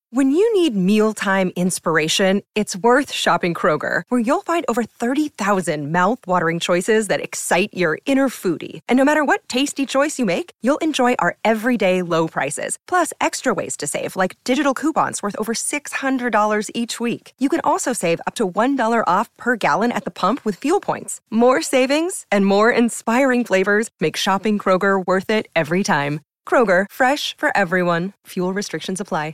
When you need mealtime inspiration, it's worth shopping Kroger, where you'll find over 30,000 mouth-watering choices that excite your inner foodie. And no matter what tasty choice you make, you'll enjoy our everyday low prices, plus extra ways to save, like digital coupons worth over $600 each week. You can also save up to $1 off per gallon at the pump with fuel points. More savings and more inspiring flavors make shopping Kroger worth it every time. Kroger, fresh for everyone. Fuel restrictions apply.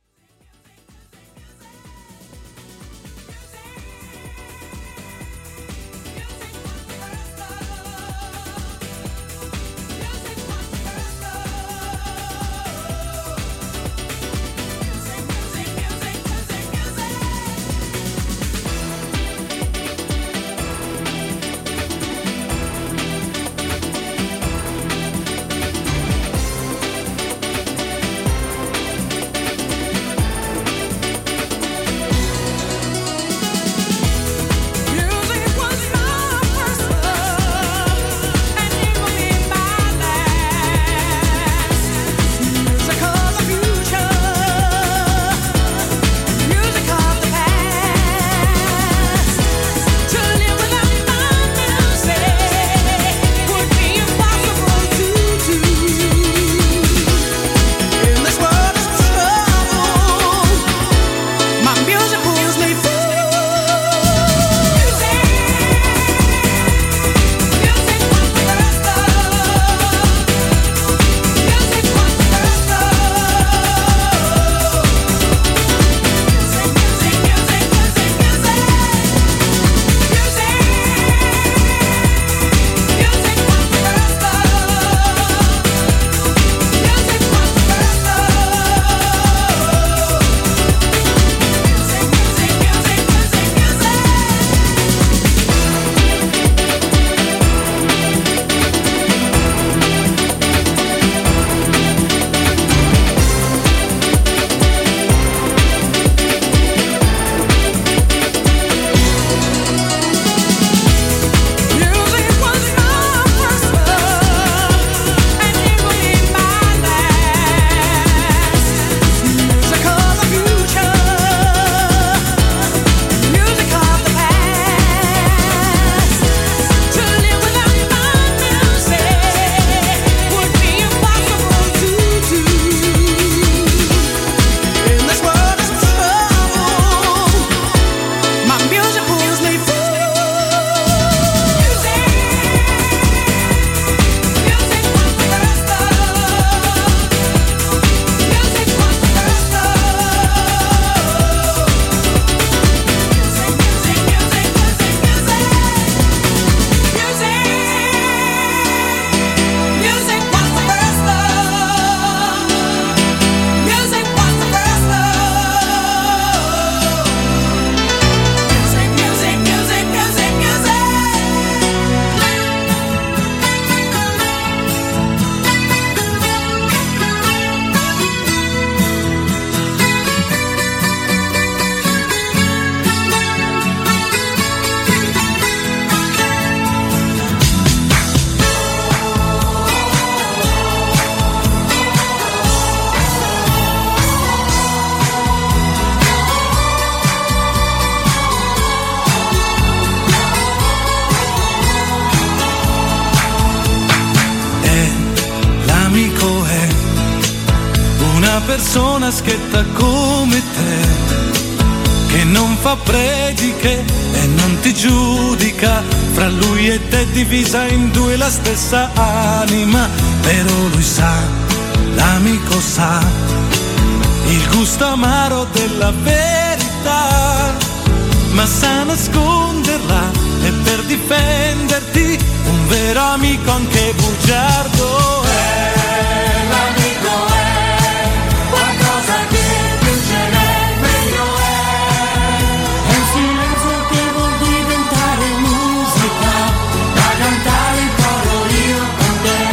Persona schietta come te, che non fa prediche e non ti giudica, fra lui e te divisa in due la stessa anima, però lui sa, l'amico sa, il gusto amaro della verità, ma sa nasconderla e per difenderti un vero amico anche bugiardo è. L'amico è qualcosa che più ce n'è, meglio è un silenzio che vuol diventare musica, da cantare in coro io con te.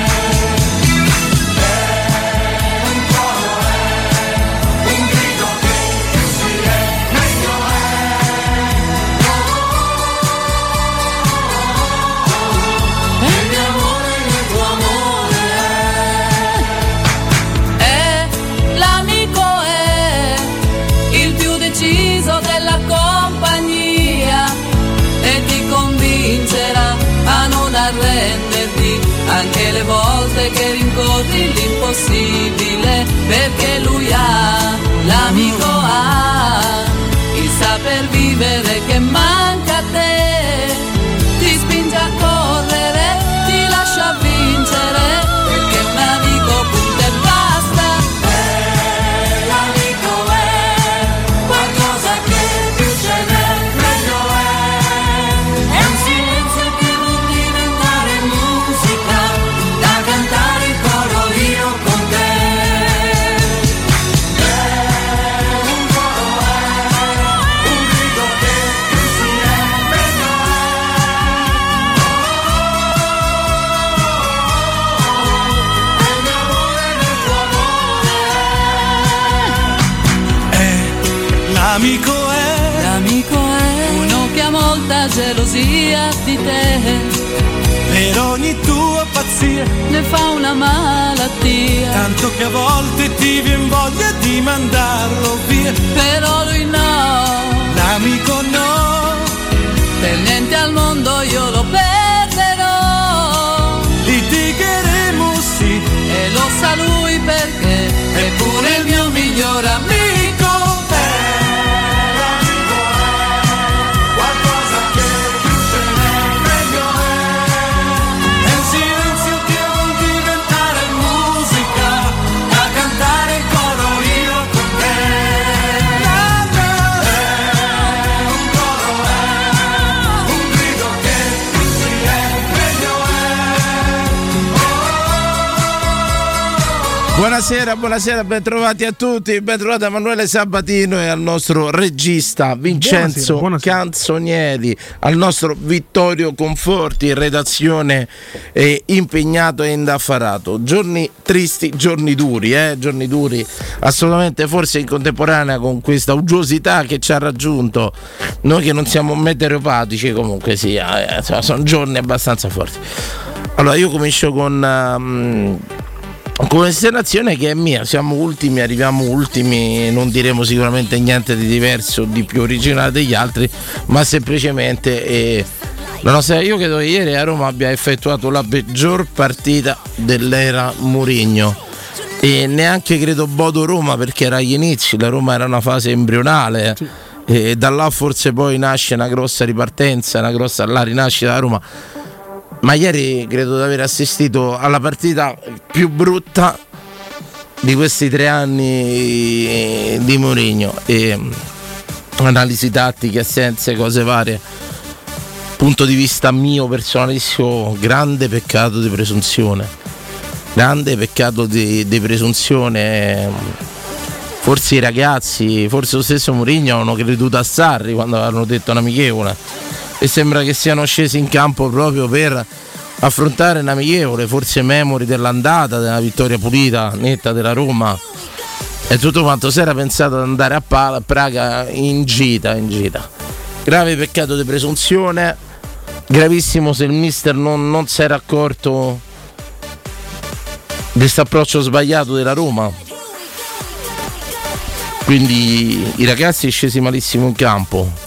È un coro, è un grido che più si è, meglio è il mio amore, il tuo amore è. anche le volte che rincorri l'impossibile, perché lui l'amico ha il saper vivere che manca a te, ti spinge a correre, ti lascia vincere, perché un amico punta e basta. L'amico è qualcosa che più ce n'è, meglio è un silenzio che può diventare musica, da cantare il coro io con te. Un coro è un grido che più si è, meglio è il mio amore nel tuo amore. L'amico è Uno che ha molta gelosia di te, per ogni tua pazzia, ne fa una malattia, tanto che a volte ti vien voglia di mandarlo via. però lui no, L'amico no, per niente al mondo io lo perderò, litigheremo sì, e lo sa lui perché è pure il mio miglior amico. qualcosa che più ce n'è, meglio è un silenzio che vuol diventare musica, da cantare in coro io con te. Un coro è un grido che più si è, meglio è. Buonasera, bentrovati a tutti, bentrovati a Emanuele Sabatino e al nostro regista Vincenzo Buonasera. Canzonieri, al nostro Vittorio Conforti in redazione, impegnato e indaffarato. Giorni tristi, giorni duri assolutamente, forse in contemporanea con questa uggiosità che ci ha raggiunto, noi che non siamo meteoropatici, comunque sia, sono giorni abbastanza forti. Allora io comincio con un'esternazione che è mia. Siamo ultimi, arriviamo ultimi, non diremo sicuramente niente di diverso, di più originale degli altri, ma semplicemente io credo che ieri a Roma abbia effettuato la peggior partita dell'era Mourinho, e neanche credo Bodo Roma, perché era agli inizi, la Roma era una fase embrionale, sì. E da là forse poi nasce una grossa ripartenza, una grossa rinascita da Roma. Ma ieri credo di aver assistito alla partita più brutta di questi 3 anni di Mourinho, e analisi tattiche, assenze, cose varie. Punto di vista mio personalissimo, grande peccato di presunzione. Forse i ragazzi, forse lo stesso Mourinho hanno creduto a Sarri quando avevano detto un'amichevole, e sembra che siano scesi in campo proprio per affrontare un'amichevole, forse memori dell'andata, della vittoria pulita, netta della Roma, e tutto quanto. Si era pensato ad andare a Praga in gita. Grave peccato di presunzione, gravissimo se il mister non si era accorto di questo approccio sbagliato della Roma. Quindi i ragazzi scesi malissimo in campo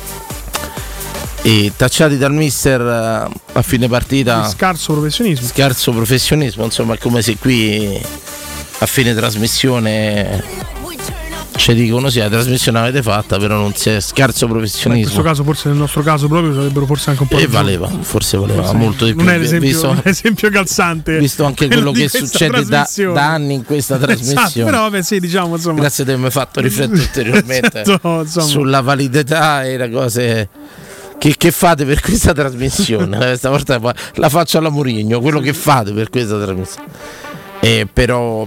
e tacciati dal mister a fine partita. Scarso professionismo, insomma, è come se qui a fine trasmissione ci dicono sì, la trasmissione l'avete fatta, però non c'è, scarso professionismo. In questo caso, forse nel nostro caso proprio, sarebbero forse anche un po' forse valeva molto di più. Non è l'esempio calzante, visto anche quello che succede da anni in questa trasmissione. Esatto, però vabbè, sì, diciamo, insomma, grazie a te mi hai fatto riflettere ulteriormente sulla validità e le cose che fate per questa trasmissione. Stavolta la faccio alla Mourinho, quello che fate per questa trasmissione. Però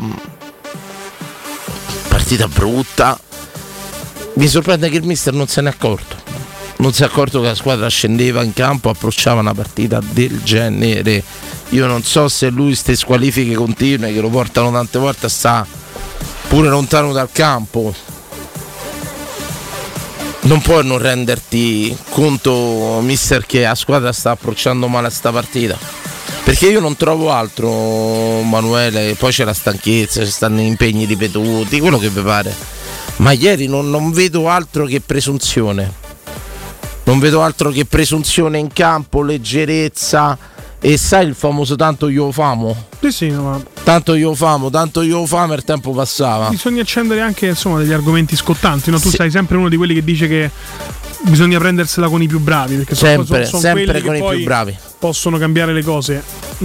partita brutta. Mi sorprende che il mister non se n'è accorto. Non si è accorto che la squadra scendeva in campo, approcciava una partita del genere. Io non so se lui ste squalifiche continue che lo portano tante volte, sta pure lontano dal campo. Non puoi non renderti conto, mister, che la squadra sta approcciando male a sta partita. Perché io non trovo altro, Manuele, poi c'è la stanchezza, ci stanno impegni ripetuti, quello che vi pare. Ma ieri non vedo altro che presunzione. Non vedo altro che presunzione in campo, leggerezza, E sai il famoso tanto io famo? Sì, ma tanto io famo, e il tempo passava. Bisogna accendere anche insomma degli argomenti scottanti, no? Tu sei sempre uno di quelli che dice che bisogna prendersela con i più bravi, perché sempre quelli con che i poi più bravi possono cambiare le cose.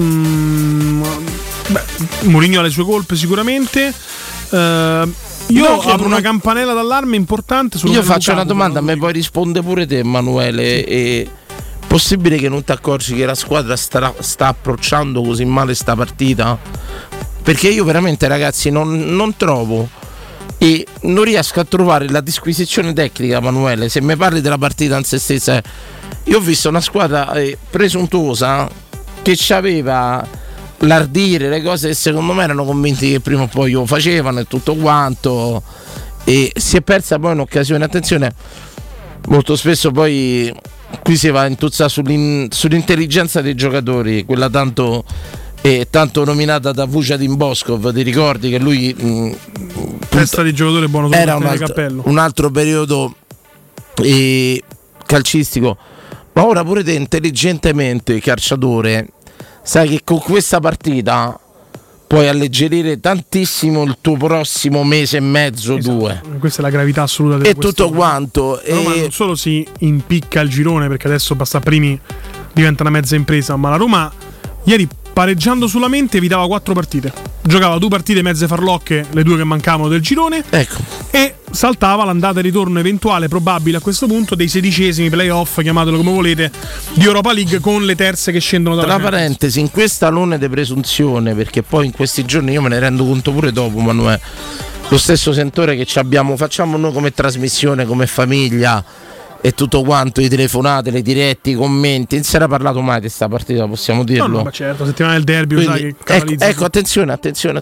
Mourinho ha le sue colpe sicuramente. Io apro una campanella d'allarme importante. Io faccio una domanda, me puoi rispondere pure te, Emanuele? È possibile che non ti accorgi che la squadra sta approcciando così male sta partita? Perché io veramente, ragazzi, non trovo e non riesco a trovare la disquisizione tecnica, Emanuele. Se mi parli della partita in se stessa, io ho visto una squadra presuntuosa che aveva l'ardire, le cose che secondo me erano convinti che prima o poi lo facevano e tutto quanto, e si è persa poi un'occasione. Attenzione, molto spesso poi qui si va a intuzzare sull'intelligenza dei giocatori, quella tanto nominata da Vucadin Boskov, ti ricordi che lui testa di giocatore buono, era un altro periodo calcistico, ma ora pure te intelligentemente, calciatore, sai che con questa partita puoi alleggerire tantissimo il tuo prossimo mese e mezzo, esatto, 2. Questa è la gravità assoluta del tutto quanto. Roma non solo si impicca il girone, perché adesso passa primi, diventa una mezza impresa, ma la Roma ieri, pareggiando solamente, evitava 4 partite. Giocava 2 partite mezze farlocche, le 2 che mancavano del girone, ecco, e saltava l'andata e ritorno eventuale, probabile a questo punto, dei 16esimi playoff, chiamatelo come volete, di Europa League, con le terze che scendono dalla Champions. Tra parentesi, in questa alone di presunzione, perché poi in questi giorni io me ne rendo conto pure dopo, Manuele, lo stesso sentore che facciamo noi come trasmissione, come famiglia e tutto quanto, i telefonate, le dirette, i commenti. Non si era parlato mai di questa partita, possiamo dirlo? No, ma certo, settimana del derby. Quindi, sai che ecco, attenzione.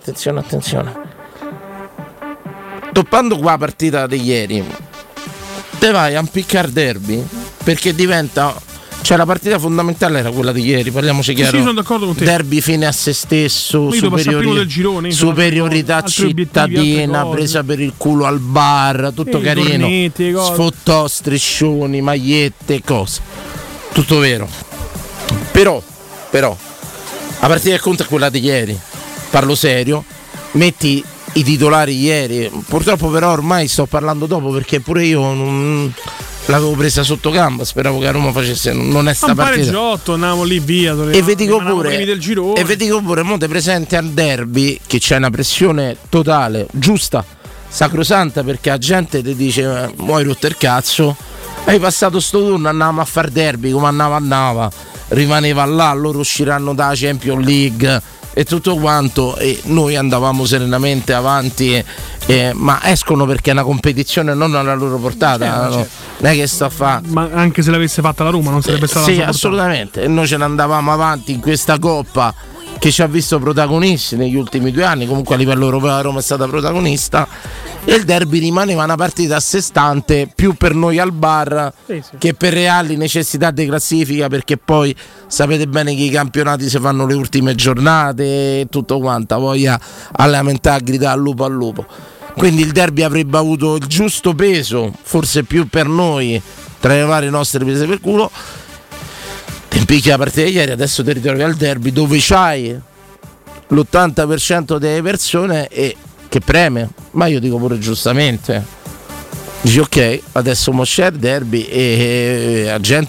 Toppando qua la partita di ieri, te vai a impiccare derby, perché diventa, cioè la partita fondamentale era quella di ieri, parliamoci chiaro. Sì, sono d'accordo con te. Derby fine a se stesso, del girone, superiorità cittadina, presa per il culo al bar, tutto carino, sfottò, striscioni, magliette, cose, tutto vero. Però la partita che conta è quella di ieri, parlo serio, metti i titolari ieri, purtroppo però ormai sto parlando dopo, perché pure io non l'avevo presa sotto gamba, speravo che a Roma facesse, non è sta partita. Pareggiotto, andavamo lì via, e vi dico pure, mo te presente al derby che c'è una pressione totale, giusta, sacrosanta, perché la gente ti dice muoi rotto il cazzo, hai passato sto turno, andavamo a far derby come andava, rimaneva là, loro usciranno dalla Champions League e tutto quanto, e noi andavamo serenamente avanti, ma escono perché è una competizione non alla loro portata, certo. Non è che sto a fare, ma anche se l'avesse fatta la Roma non sarebbe stata sì, assolutamente, e noi ce ne andavamo avanti in questa coppa che ci ha visto protagonisti negli ultimi 2 anni. Comunque a livello europeo la Roma è stata protagonista, e il derby rimaneva una partita a sé stante, più per noi al bar sì. Che per reali necessità di classifica, perché poi sapete bene che i campionati si fanno le ultime giornate e tutto quanto, voglia a lamentare, a gridare al lupo. Quindi il derby avrebbe avuto il giusto peso, forse più per noi, tra le varie nostre prese per culo. Ti impicchi la partita di ieri, adesso ti ritrovi al derby dove c'hai l'80% delle persone e che preme, ma io dico pure giustamente, dici ok, adesso mo c'è il derby e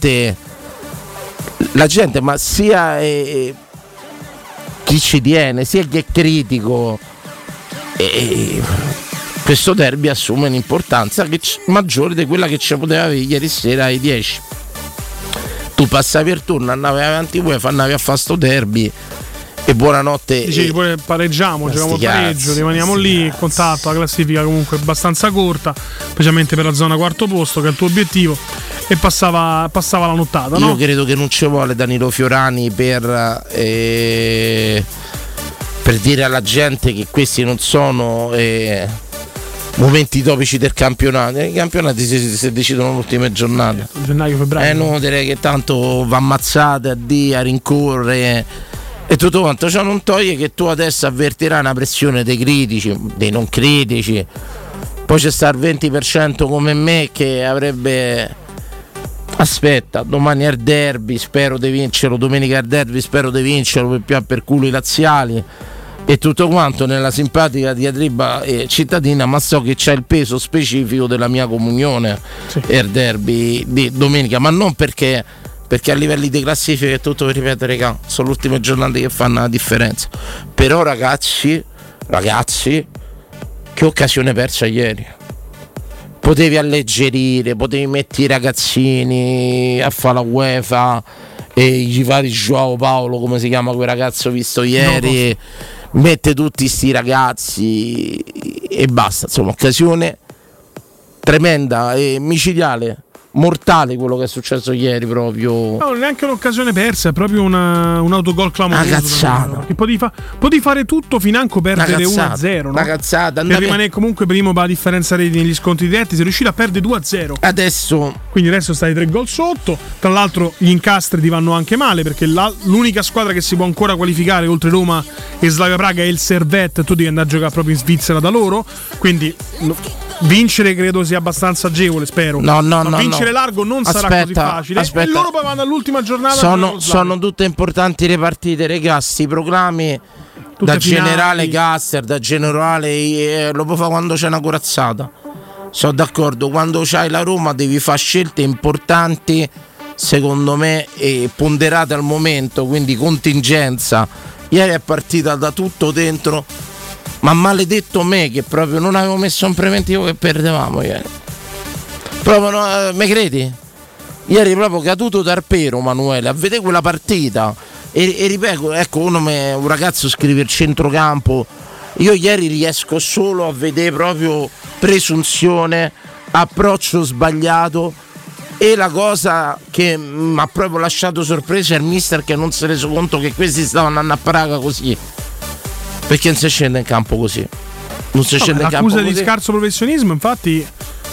la gente, ma sia chi ci tiene, sia chi è critico, questo derby assume un'importanza maggiore di quella che ci poteva avere ieri sera ai 10. Tu passavi il turno, andavi avanti UEFA, andavi a fare sto derby e buonanotte. Dicevi pure pareggiamo, giochiamo il pareggio, rimaniamo lì in contatto, la classifica comunque abbastanza corta, specialmente per la zona quarto posto che è il tuo obiettivo, e passava la nottata, no? Io credo che non ci vuole Danilo Fiorani per dire alla gente che questi non sono momenti topici del campionato. I campionati si decidono l'ultima giornata, gennaio, febbraio. È inutile che tanto va ammazzate a rincorrere e tutto quanto. Ciò non toglie che tu adesso avvertirai una pressione dei critici, dei non critici, poi c'è sta il 20% come me che avrebbe Aspetta, domani è il derby, spero di vincerlo, domenica è il derby, spero di vincerlo per culo i laziali e tutto quanto, nella simpatica diatriba cittadina, ma so che c'è il peso specifico della mia comunione e il derby di domenica, ma non perché a livelli di classifica è tutto, ripeto, regà, sono le ultime giornate che fanno la differenza. Però ragazzi, che occasione persa ieri. Potevi alleggerire, potevi mettere i ragazzini a fare la UEFA e gli fare Joao Paolo, come si chiama quel ragazzo visto ieri, mette tutti sti ragazzi e basta. Insomma, occasione tremenda e micidiale, mortale quello che è successo ieri proprio. No, neanche un'occasione persa, è proprio un autogol clamoroso. Una cazzata. Perché potevi fare tutto financo perdere 1-0, no? Una cazzata. Per rimanere comunque primo per la differenza reti negli scontri diretti, sei riuscito a perdere 2-0. Quindi adesso stai 3 gol sotto. Tra l'altro gli incastri ti vanno anche male, perché l'unica squadra che si può ancora qualificare oltre Roma e Slavia Praga è il Servette, tu devi andare a giocare proprio in Svizzera da loro, quindi vincere credo sia abbastanza agevole, spero. No, vincere largo non sarà così facile. E loro poi vanno all'ultima giornata. Sono tutte importanti le partite, ragazzi. I proclami tutte da finali. Generale Gasser, da generale lo può fare quando c'è una corazzata. Sono d'accordo, quando c'hai la Roma devi fare scelte importanti, secondo me, e ponderate al momento, quindi contingenza. Ieri è partita da tutto dentro. Ma maledetto me che proprio non avevo messo un preventivo che perdevamo ieri. Proprio me credi? Ieri proprio caduto dal pero, Manuele, a vedere quella partita. E ripeto, ecco, un ragazzo scrive il centrocampo. Io ieri riesco solo a vedere proprio presunzione, approccio sbagliato. E la cosa che mi ha proprio lasciato sorpresa è il mister che non si è reso conto che questi stavano andando a Praga così. Perché non si scende in campo così? Non si scende in campo così. L'accusa di scarso professionismo, infatti,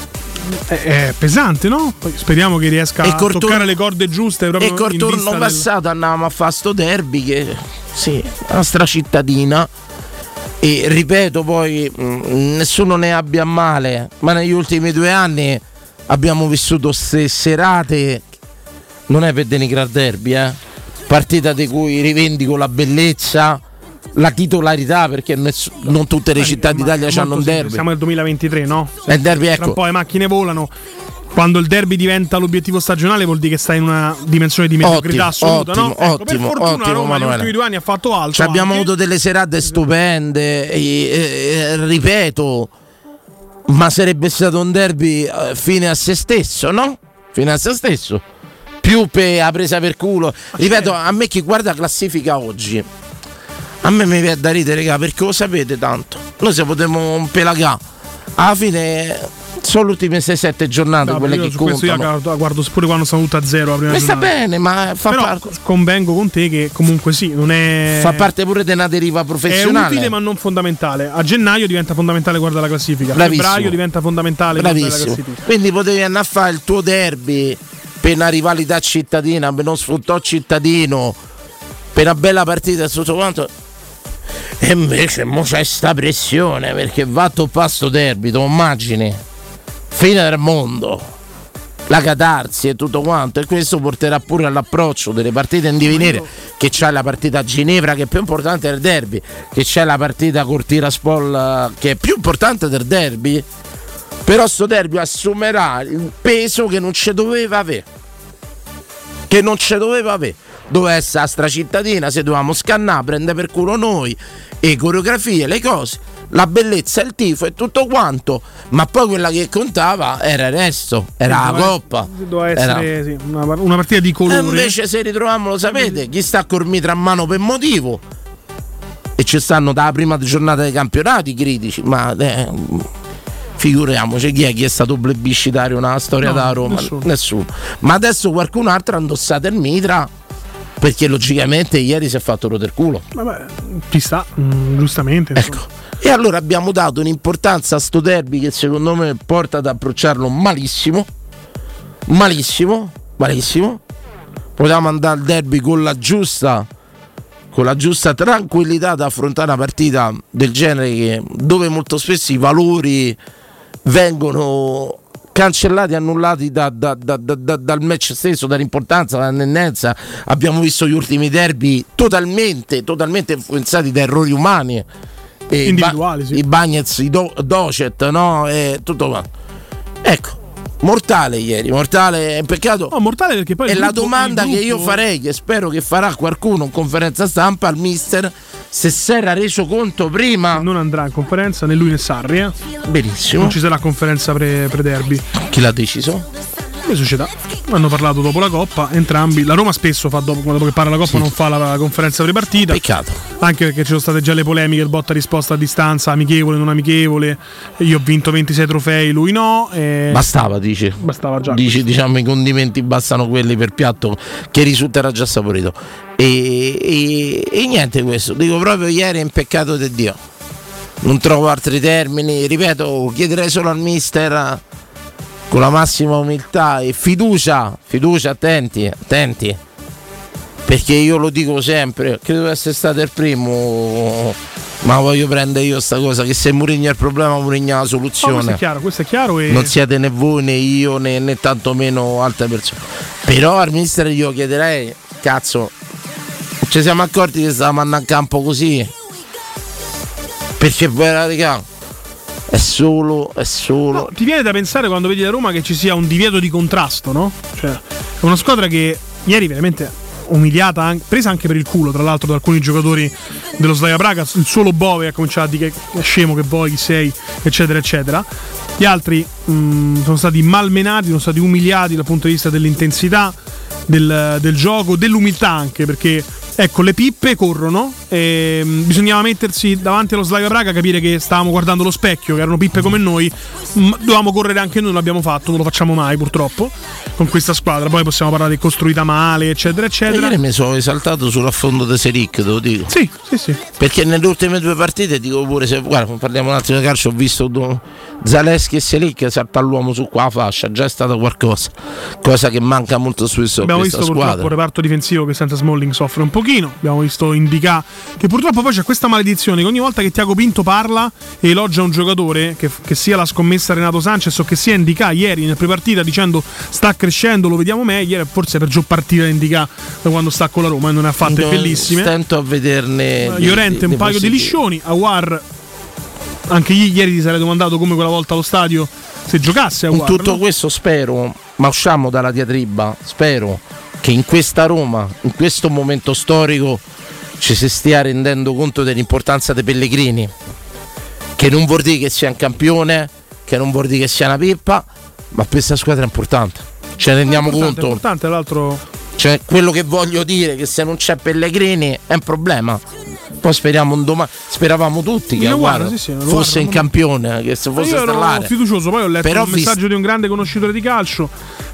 è pesante, no? Poi speriamo che riesca a toccare le corde giuste. E col turno passato andavamo a fare sto derby, che sì, la nostra cittadina. E ripeto, poi nessuno ne abbia male, ma negli ultimi 2 anni abbiamo vissuto queste serate, non è per denigrare derby, partita di cui rivendico la bellezza, la titolarità, perché non tutte le città d'Italia hanno un derby. Siamo nel 2023, no? Il derby, ecco. Tra un po' le macchine volano. Quando il derby diventa l'obiettivo stagionale vuol dire che stai in una dimensione di mediocrità assoluta, ottimo, no? Ecco, per fortuna ottimo, Roma negli ultimi 2 anni ha fatto altro. Abbiamo avuto delle serate stupende, ripeto, ma sarebbe stato un derby fine a se stesso, no? Fine a se stesso. Più per la presa per culo. Ripeto, a me chi guarda la classifica oggi, a me mi viene da ridere, raga, perché lo sapete tanto. Noi se potremmo pelagare. Alla fine sono le ultime 6-7 giornate quelle che contano. Questo io guardo pure quando sono tutte a 0 la prima giornata. Sta bene, ma fa parte. Convengo con te che comunque sì, non è. Fa parte pure di una deriva professionale. È utile ma non fondamentale. A gennaio diventa fondamentale guardare la classifica. A febbraio diventa fondamentale guardare la classifica. Quindi potevi andare a fare il tuo derby per una rivalità cittadina, per uno sfruttò cittadino, per una bella partita e tutto quanto. E invece mo c'è sta pressione perché va a toppare sto derby, tu immagini, fine del mondo, la catarsi e tutto quanto, e questo porterà pure all'approccio delle partite in divenire, che c'è la partita a Ginevra che è più importante del derby, che c'è la partita col Tiraspol che è più importante del derby, però sto derby assumerà il peso che non ci doveva avere, doveva essere la stracittadina, se dovevamo scannare, prendere per culo noi, e coreografie, le cose, la bellezza, il tifo e tutto quanto, ma poi quella che contava era il resto, era la coppa, doveva essere una partita di colore. E invece se ritroviamo, lo sapete, chi sta col mitra a mano per motivo, e ci stanno dalla prima giornata dei campionati critici, ma figuriamoci chi è stato plebiscitario nella storia della Roma? Nessuno. Ma adesso qualcun altro ha indossato il mitra, perché logicamente ieri si è fatto roder culo. Vabbè, ci sta, giustamente. Ecco. E allora abbiamo dato un'importanza a sto derby che secondo me porta ad approcciarlo malissimo. Potevamo andare al derby con la giusta tranquillità ad affrontare una partita del genere, dove molto spesso i valori vengono cancellati, annullati dal match stesso, dall'importanza, dalla tendenza. Abbiamo visto gli ultimi derby totalmente influenzati da errori umani, individuali, sì. I Bagnets, i Docet, no? E tutto quanto. Ecco, mortale ieri, mortale, è un peccato. No, mortale perché poi è la domanda che io farei, che spero che farà qualcuno in conferenza stampa al mister, se si era reso conto prima. Non andrà in conferenza né lui né Sarri, Benissimo. Non ci sarà conferenza pre-derby. Chi l'ha deciso? Le società hanno parlato dopo la Coppa, entrambi. La Roma spesso fa dopo che parla la Coppa, sì. Non fa la conferenza pre-partita. Peccato. Anche perché ci sono state già le polemiche, il botta risposta a distanza, amichevole, non amichevole. Io ho vinto 26 trofei, lui no. Bastava, dici. Bastava già. Diciamo i condimenti bastano quelli per piatto che risulterà già saporito. E niente questo. Dico proprio ieri è un peccato di Dio. Non trovo altri termini. Ripeto, chiederei solo al mister, con la massima umiltà e fiducia, attenti, perché io lo dico sempre, credo di essere stato il primo, ma voglio prendere io sta cosa, che se Mourinho è il problema, Mourinho è la soluzione. Questo è chiaro e... non siete né voi né io né tantomeno altre persone. Però al mister io chiederei, cazzo, ci siamo accorti che stavamo andando in campo così, perché raga, è solo. No, ti viene da pensare quando vedi la Roma che ci sia un divieto di contrasto, no? Cioè, è una squadra che ieri veramente umiliata, presa anche per il culo, tra l'altro, da alcuni giocatori dello Slavia Praga. Il solo Bove ha cominciato a dire che è scemo, che vuoi, chi sei, eccetera, eccetera. Gli altri sono stati malmenati, sono stati umiliati dal punto di vista dell'intensità del gioco, dell'umiltà anche, perché ecco, le pippe corrono e bisognava mettersi davanti allo Slavia Praga, capire che stavamo guardando lo specchio, che erano pippe come noi, dovevamo correre anche noi, non l'abbiamo fatto, non lo facciamo mai purtroppo con questa squadra. Poi possiamo parlare di costruita male, eccetera, eccetera. Ieri mi sono esaltato sull'affondo di Seric, te lo dico. Sì. Perché nelle ultime due partite, dico pure, se guarda, parliamo un attimo di calcio, ho visto Zaleschi e Seric saltare l'uomo su qua la fascia, già è stato qualcosa, cosa che manca molto spesso a questa squadra. Purtroppo il reparto difensivo che senza Smalling soffre un pochino. Abbiamo visto Indica, che purtroppo poi c'è questa maledizione che ogni volta che Tiago Pinto parla e elogia un giocatore, che sia la scommessa Renato Sanchez o che sia Indica, ieri nel prepartita dicendo sta crescendo, lo vediamo meglio, ieri forse è peggior partita di Indica da quando sta con la Roma e non ne ha fatte bellissime. Stento a vederne Llorente un paio di liscioni. Aouar, anche ieri ti sarei domandato come quella volta allo stadio se giocasse Aouar. In tutto no? Questo spero, ma usciamo dalla diatriba, spero che in questa Roma, in questo momento storico, ci si stia rendendo conto dell'importanza dei Pellegrini, che non vuol dire che sia un campione, che non vuol dire che sia una pippa, ma per questa squadra è importante, ce ne rendiamo conto. È importante, l'altro... Cioè, quello che voglio dire è che se non c'è Pellegrini è un problema. Poi speravamo tutti che fosse in campione, che se fosse stellare. Ero fiducioso, poi ho letto un messaggio di un grande conoscitore di calcio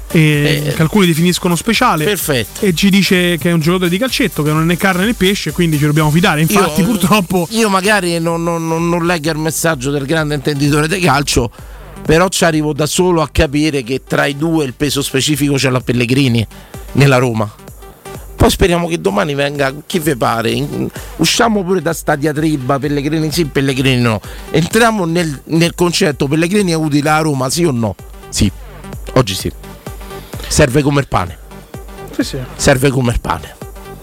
che alcuni definiscono speciale. Perfetto. E ci dice che è un giocatore di calcetto, che non è né carne né pesce, quindi ci dobbiamo fidare. Infatti purtroppo io magari non leggo il messaggio del grande intenditore di calcio, però ci arrivo da solo a capire che tra i due il peso specifico c'è la Pellegrini nella Roma. Poi speriamo che domani venga chi vi pare. Usciamo pure da sta diatriba, Pellegrini sì, Pellegrini no. Entriamo nel concetto: Pellegrini è utile a Roma, sì o no? Sì, oggi sì. Serve come il pane. Sì. Serve come il pane.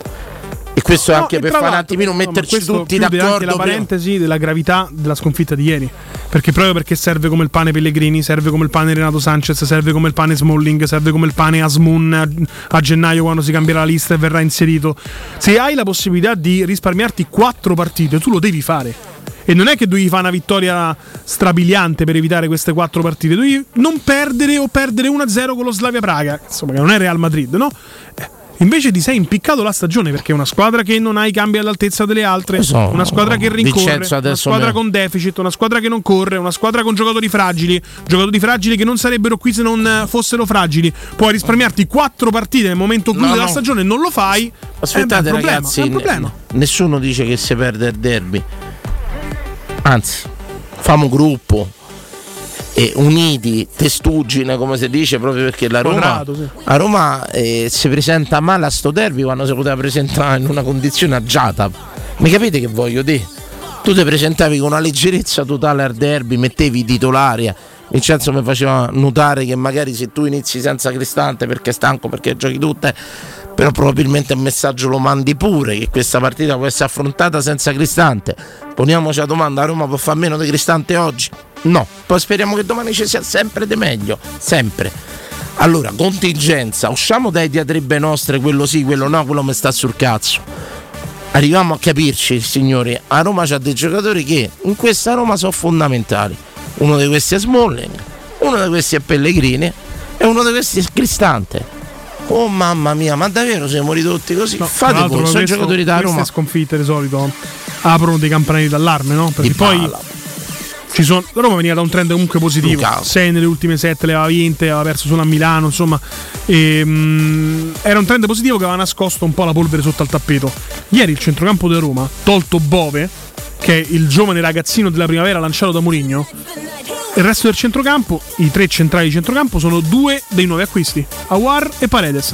E questo è anche per fare un attimino metterci tutti d'accordo. Anche la parentesi della gravità della sconfitta di ieri, perché proprio perché serve come il pane Pellegrini, serve come il pane Renato Sanchez, serve come il pane Smalling, serve come il pane Asmun a gennaio quando si cambierà la lista e verrà inserito. Se hai la possibilità di risparmiarti 4 partite, tu lo devi fare. E non è che devi fare una vittoria strabiliante per evitare queste 4 partite, devi non perdere o perdere 1-0 con lo Slavia Praga, insomma, che non è Real Madrid, no? Invece ti sei impiccato la stagione, perché è una squadra che non ha i cambi all'altezza delle altre, una squadra che rincorre, una squadra con deficit, una squadra che non corre, una squadra con giocatori fragili che non sarebbero qui se non fossero fragili. Puoi risparmiarti 4 partite nel momento clou della stagione e non lo fai. Aspettate, è un problema, ragazzi, è un problema. Nessuno dice che si perde il derby, anzi, famo gruppo e uniti, testuggine come si dice, proprio perché la Roma, a Roma si presenta male a sto derby quando si poteva presentare in una condizione agiata. Mi capite che voglio dire? Tu ti presentavi con una leggerezza totale al derby, mettevi i titolari, Vincenzo mi faceva notare che magari se tu inizi senza Cristante perché è stanco, perché giochi tutte, però probabilmente il messaggio lo mandi pure che questa partita può essere affrontata senza Cristante. Poniamoci la domanda: Roma può fare meno di Cristante oggi? No, poi speriamo che domani ci sia sempre di meglio, sempre. Allora, contingenza, usciamo dai diatribe nostre, quello sì, quello no, quello mi sta sul cazzo. Arriviamo a capirci, signori. A Roma c'ha dei giocatori che in questa Roma sono fondamentali. Uno di questi è Smalling, uno di questi è Pellegrini e uno di questi è Cristante. Oh mamma mia, ma davvero siamo ridotti così? No, fate voi, sono giocatori da Roma. Queste sconfitte di solito aprono dei campanelli d'allarme, no? Perché poi la Roma veniva da un trend comunque positivo. 6 nelle ultime 7 le aveva vinte, aveva perso solo a Milano, insomma. Era un trend positivo che aveva nascosto un po' la polvere sotto al tappeto. Ieri il centrocampo della Roma, tolto Bove, che è il giovane ragazzino della primavera lanciato da Mourinho, il resto del centrocampo, i 3 centrali di centrocampo, sono 2 dei 9 acquisti, Aouar e Paredes.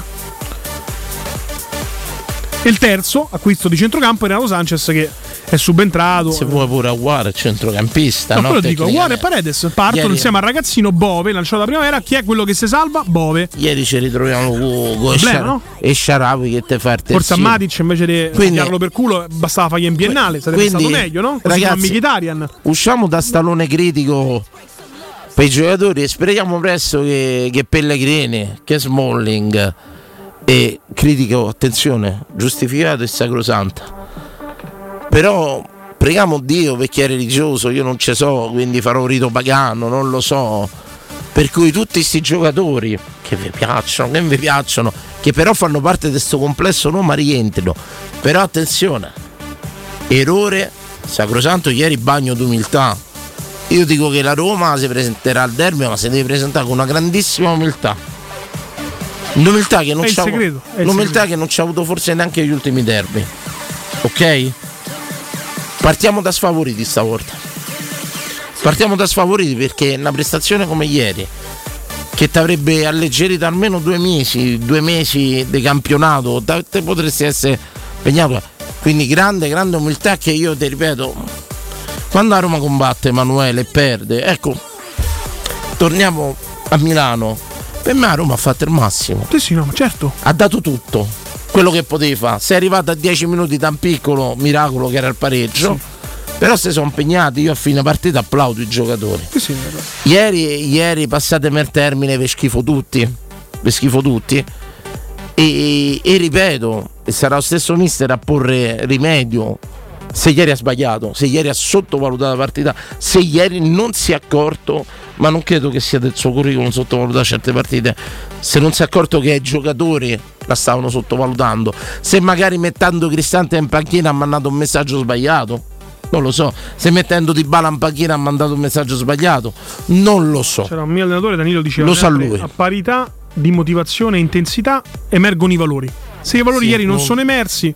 E il terzo acquisto di centrocampo è Renato Sanchez, che è subentrato. Se vuoi pure Aouar, centrocampista. No, quello dico, Aouar e Paredes partono insieme al ragazzino Bove, lanciato da primavera. Chi è quello che si salva? Bove. Ieri ci ritroviamo con e Sharawi che te fa il forse a Matic invece di tirarlo per culo bastava fargli in biennale, sarebbe stato meglio, no? Così, ragazzi, Mkhitaryan. Usciamo da stallone critico per i giocatori e speriamo presto che Pellegrini, che Smalling, e critico, attenzione, giustificato e sacrosanta, però preghiamo Dio perché è religioso, io non ci so, quindi farò un rito pagano, non lo so, per cui tutti questi giocatori che vi piacciono, che però fanno parte di questo complesso Roma rientrino, però attenzione, errore sacrosanto ieri, bagno d'umiltà. Io dico che la Roma si presenterà al derby, ma si deve presentare con una grandissima umiltà. L'umiltà che non c'ha, l'umiltà che non c'ha avuto forse neanche gli ultimi derby. Ok? Partiamo da sfavoriti stavolta. Partiamo da sfavoriti perché una prestazione come ieri, che ti avrebbe alleggerito almeno 2 mesi di campionato, te potresti essere impegnato. Quindi grande umiltà, che io ti ripeto, quando la Roma combatte, Emanuele, e perde, ecco, torniamo a Milano, per me la Roma ha fatto il massimo. Sì, no, certo. Ha dato tutto quello che potevi fare. Sei arrivato a 10 minuti da un piccolo miracolo che era il pareggio, sì. Però se sono impegnati, io a fine partita applaudo i giocatori. Sì, ieri passatemi il termine, per schifo tutti. E ripeto, sarà lo stesso mister a porre rimedio se ieri ha sbagliato, se ieri ha sottovalutato la partita, se ieri non si è accorto, ma non credo che sia del suo curriculum sottovalutare certe partite, se non si è accorto che i giocatori la stavano sottovalutando, se magari mettendo Cristante in panchina ha mandato un messaggio sbagliato, non lo so, se mettendo Dybala in panchina ha mandato un messaggio sbagliato, non lo so. C'era un mio allenatore, Danilo, diceva lo sa lui. A parità di motivazione e intensità emergono i valori. Se i valori ieri non sono emersi,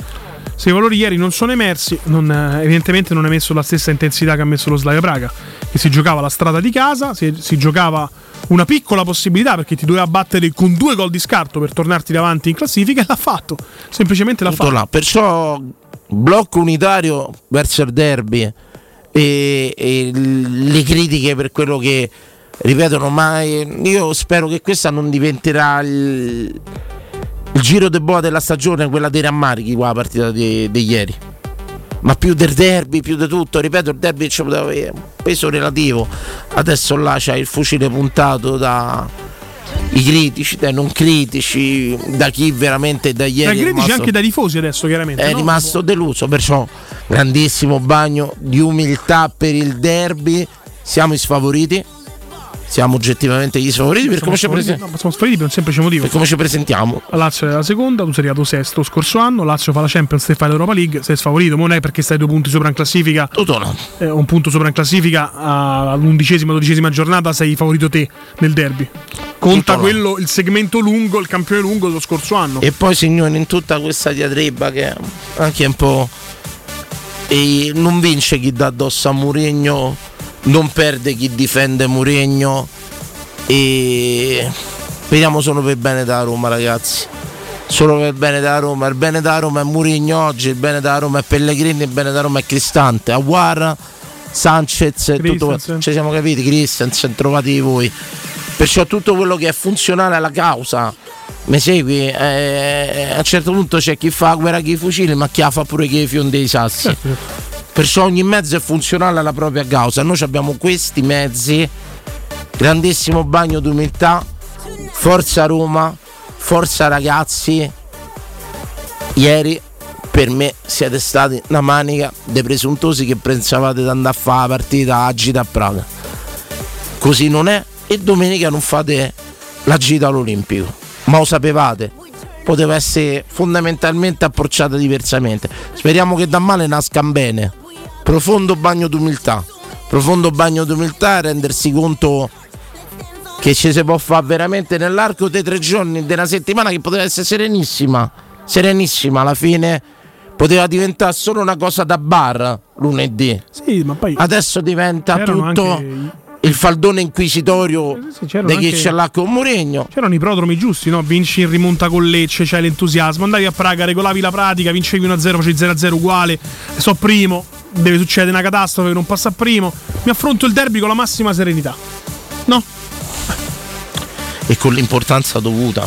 evidentemente non è messo la stessa intensità che ha messo lo Slavia Praga, che si giocava la strada di casa, si giocava una piccola possibilità perché ti doveva battere con 2 gol di scarto per tornarti davanti in classifica, e l'ha fatto, semplicemente l'ha fatto. Perciò blocco unitario verso il derby e le critiche per quello che ripetono, ma io spero che questa non diventerà il giro de boa della stagione, quella dei rammarichi qua, la partita di ieri, ma più del derby, più di tutto. Ripeto, il derby ci poteva avere un peso relativo, adesso là c'hai il fucile puntato da i critici, dai non critici, da chi veramente da ieri critici rimasto, anche dai tifosi adesso chiaramente è rimasto deluso. Perciò grandissimo bagno di umiltà per il derby. Siamo i sfavoriti, siamo oggettivamente gli sfavoriti per come ci presentiamo. No, siamo sfavoriti per un semplice motivo. Per come ci presentiamo. La Lazio è la seconda, tu sei arrivato sesto scorso anno, Lazio fa la Champions e fa l'Europa League, sei sfavorito, ma non è perché stai 2 punti sopra in classifica. Tutto no. Un punto sopra in classifica all'11ª, 12ª giornata sei favorito te nel derby. Conta quello, il segmento lungo, il campione lungo dello scorso anno. E poi, signori, in tutta questa diatriba che anche un po', e non vince chi dà addosso a Mourinho, non perde chi difende Mourinho, e vediamo solo per il bene della Roma, ragazzi, solo per il bene della Roma. Il bene della Roma è Mourinho oggi, il bene della Roma è Pellegrini, il bene della Roma è Cristante. Aouar Sanchez, tutto, ci siamo capiti, Christensen, trovati voi. Perciò tutto quello che è funzionale alla causa, mi segui? A un certo punto c'è chi fa la guerra con i fucili, ma chi fa pure che i fiondi dei sassi. Perciò ogni mezzo è funzionale alla propria causa. Noi abbiamo questi mezzi, grandissimo bagno d'umiltà, forza Roma, forza ragazzi. Ieri per me siete stati una manica dei presuntuosi che pensavate di andare a fare la partita a gita a Praga. Così non è, e domenica non fate la gita all'Olimpico, ma lo sapevate, poteva essere fondamentalmente approcciata diversamente. Speriamo che da male nascano bene. Profondo bagno d'umiltà e rendersi conto che ci si può fare veramente nell'arco dei 3 giorni della settimana, che poteva essere serenissima, alla fine poteva diventare solo una cosa da bar lunedì. Sì, ma poi adesso diventa tutto anche il faldone inquisitorio di chi ce l'ha con Mourinho. C'erano i prodromi giusti, no? Vinci in rimonta con Lecce, c'è l'entusiasmo, andavi a Praga, regolavi la pratica, vincevi 1-0, facevi 0-0 uguale, so primo, deve succedere una catastrofe, non passa a primo, mi affronto il derby con la massima serenità, no? E con l'importanza dovuta,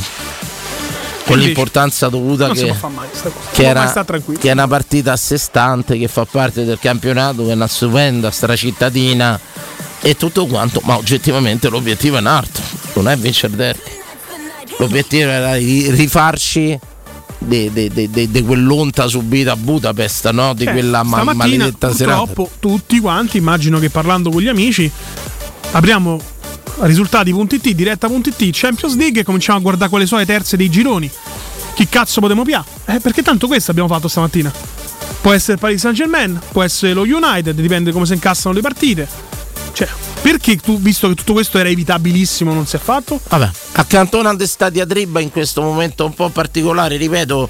che è una partita a sé stante, che fa parte del campionato, che è una stupenda stracittadina e tutto quanto, ma oggettivamente l'obiettivo è un altro, non è vincere il derby. L'obiettivo era rifarci di quell'onta subita a Budapest, no? Di quella maledetta serata. Purtroppo tutti quanti, immagino che parlando con gli amici, apriamo risultati.it, diretta.it, Champions League, e cominciamo a guardare quali sono le terze dei gironi. Chi cazzo potremmo pià? Perché tanto questo abbiamo fatto stamattina. Può essere Paris Saint-Germain, può essere lo United, dipende come si incassano le partite. Cioè, perché tu, visto che tutto questo era evitabilissimo, non si è fatto? Vabbè, accantonando sta diatriba in questo momento un po' particolare, ripeto,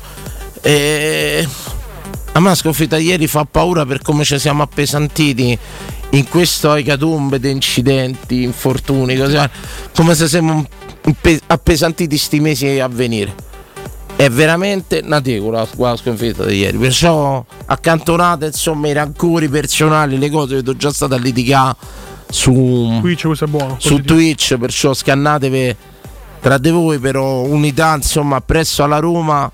a me la sconfitta ieri fa paura per come ci siamo appesantiti in questa ecatombe di incidenti, infortuni, come se siamo appesantiti sti mesi a venire. È veramente notevole la sconfitta di ieri, perciò accantonate insomma i rancori personali, le cose, vedo già stata a litigare su Twitch, questo è buono, su Twitch, perciò scannatevi tra di voi, però unità insomma presso alla Roma,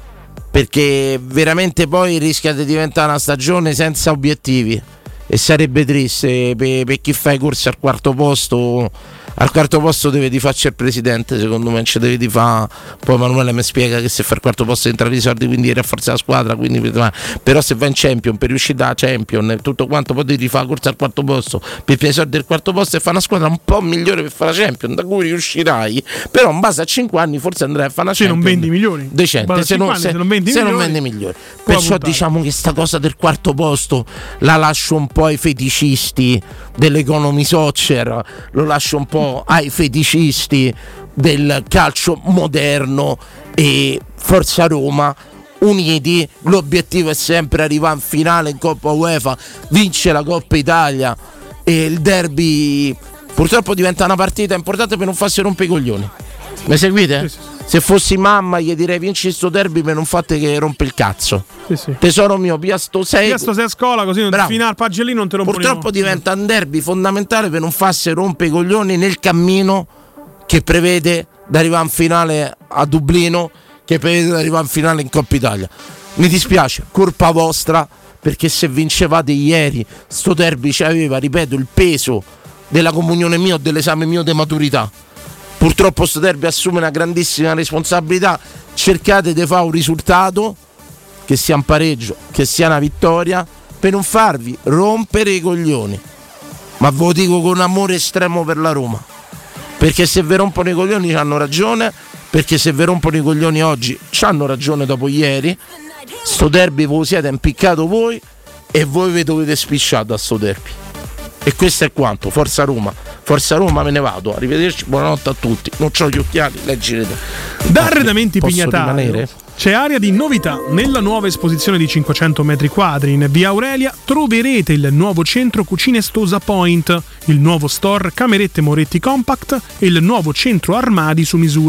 perché veramente poi rischia di diventare una stagione senza obiettivi e sarebbe triste per chi fa i corsi al quarto posto. Al quarto posto deve farci il presidente, secondo me ci deve fare. Poi Emanuele mi spiega che se fa il quarto posto entrare i soldi, quindi rafforza la squadra, quindi, però se va in Champion, per riuscire da Champion e tutto quanto, poi devi fare la corsa al quarto posto per i soldi del quarto posto e fare una squadra un po' migliore per fare la Champion, da cui riuscirai, però in base a 5 anni forse andrai a fare una Champion. Se non vendi milioni decente, se non vendi milioni. Perciò diciamo che sta cosa del quarto posto la lascio un po' ai feticisti dell'economy soccer, lo lascio un po' ai feticisti del calcio moderno, e forza Roma, uniti, l'obiettivo è sempre arrivare in finale in Coppa UEFA, vince la Coppa Italia, e il derby purtroppo diventa una partita importante per non farsi rompere i coglioni. Mi seguite? Sì. Se fossi mamma gli direi vinci sto derby per non fate che rompe il cazzo. Sì. Tesoro mio, pia sto 6 a scuola, così fino al pagellino non te rompo. Purtroppo diventa un derby fondamentale per non farsi rompere i coglioni nel cammino che prevede di arrivare in finale a Dublino, che prevede di arrivare in finale in Coppa Italia. Mi dispiace, colpa vostra, perché se vincevate ieri sto derby c'aveva, ripeto, il peso della comunione mia o dell'esame mio di maturità. Purtroppo sto derby assume una grandissima responsabilità. Cercate di fare un risultato, che sia un pareggio, che sia una vittoria, per non farvi rompere i coglioni. Ma ve lo dico con amore estremo per la Roma, perché se vi rompono i coglioni c'hanno ragione, perché se vi rompono i coglioni oggi c'hanno ragione dopo ieri. Sto derby ve lo siete impiccato voi e voi vi dovete spicciare da sto derby. E questo è quanto. Forza Roma, me ne vado. Arrivederci, buonanotte a tutti. Non c'ho gli occhiali, leggete. Da Arredamenti Pignatario c'è area di novità. Nella nuova esposizione di 500 metri quadri in via Aurelia troverete il nuovo centro cucine Stosa Point, il nuovo store Camerette Moretti Compact e il nuovo centro armadi su misura.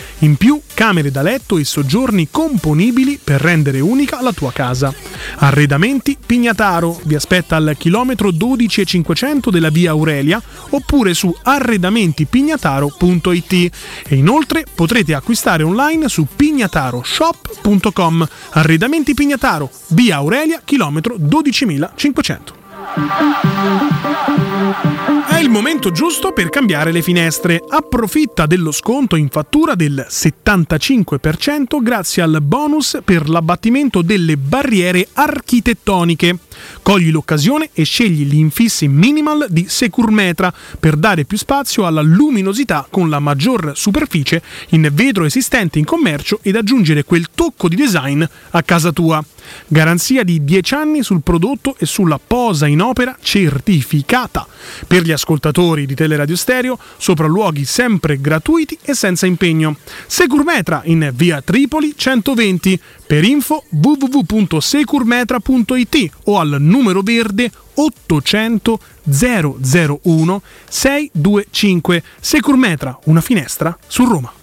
In più, camere da letto e soggiorni componibili per rendere unica la tua casa. Arredamenti Pignataro vi aspetta al chilometro 12,500 della via Aurelia oppure su arredamentipignataro.it e inoltre potrete acquistare online su pignataroshop.com. Arredamenti Pignataro, via Aurelia, chilometro 12.500. È il momento giusto per cambiare le finestre. Approfitta dello sconto in fattura del 75% grazie al bonus per l'abbattimento delle barriere architettoniche. Cogli l'occasione e scegli gli infissi minimal di Securmetra per dare più spazio alla luminosità con la maggior superficie in vetro esistente in commercio ed aggiungere quel tocco di design a casa tua. Garanzia di 10 anni sul prodotto e sulla posa in opera certificata. Per gli ascoltatori di Teleradio Stereo, sopralluoghi sempre gratuiti e senza impegno. Securmetra in via Tripoli 120. Per info www.securmetra.it o al numero verde 800 001 625. Securmetra, una finestra su Roma.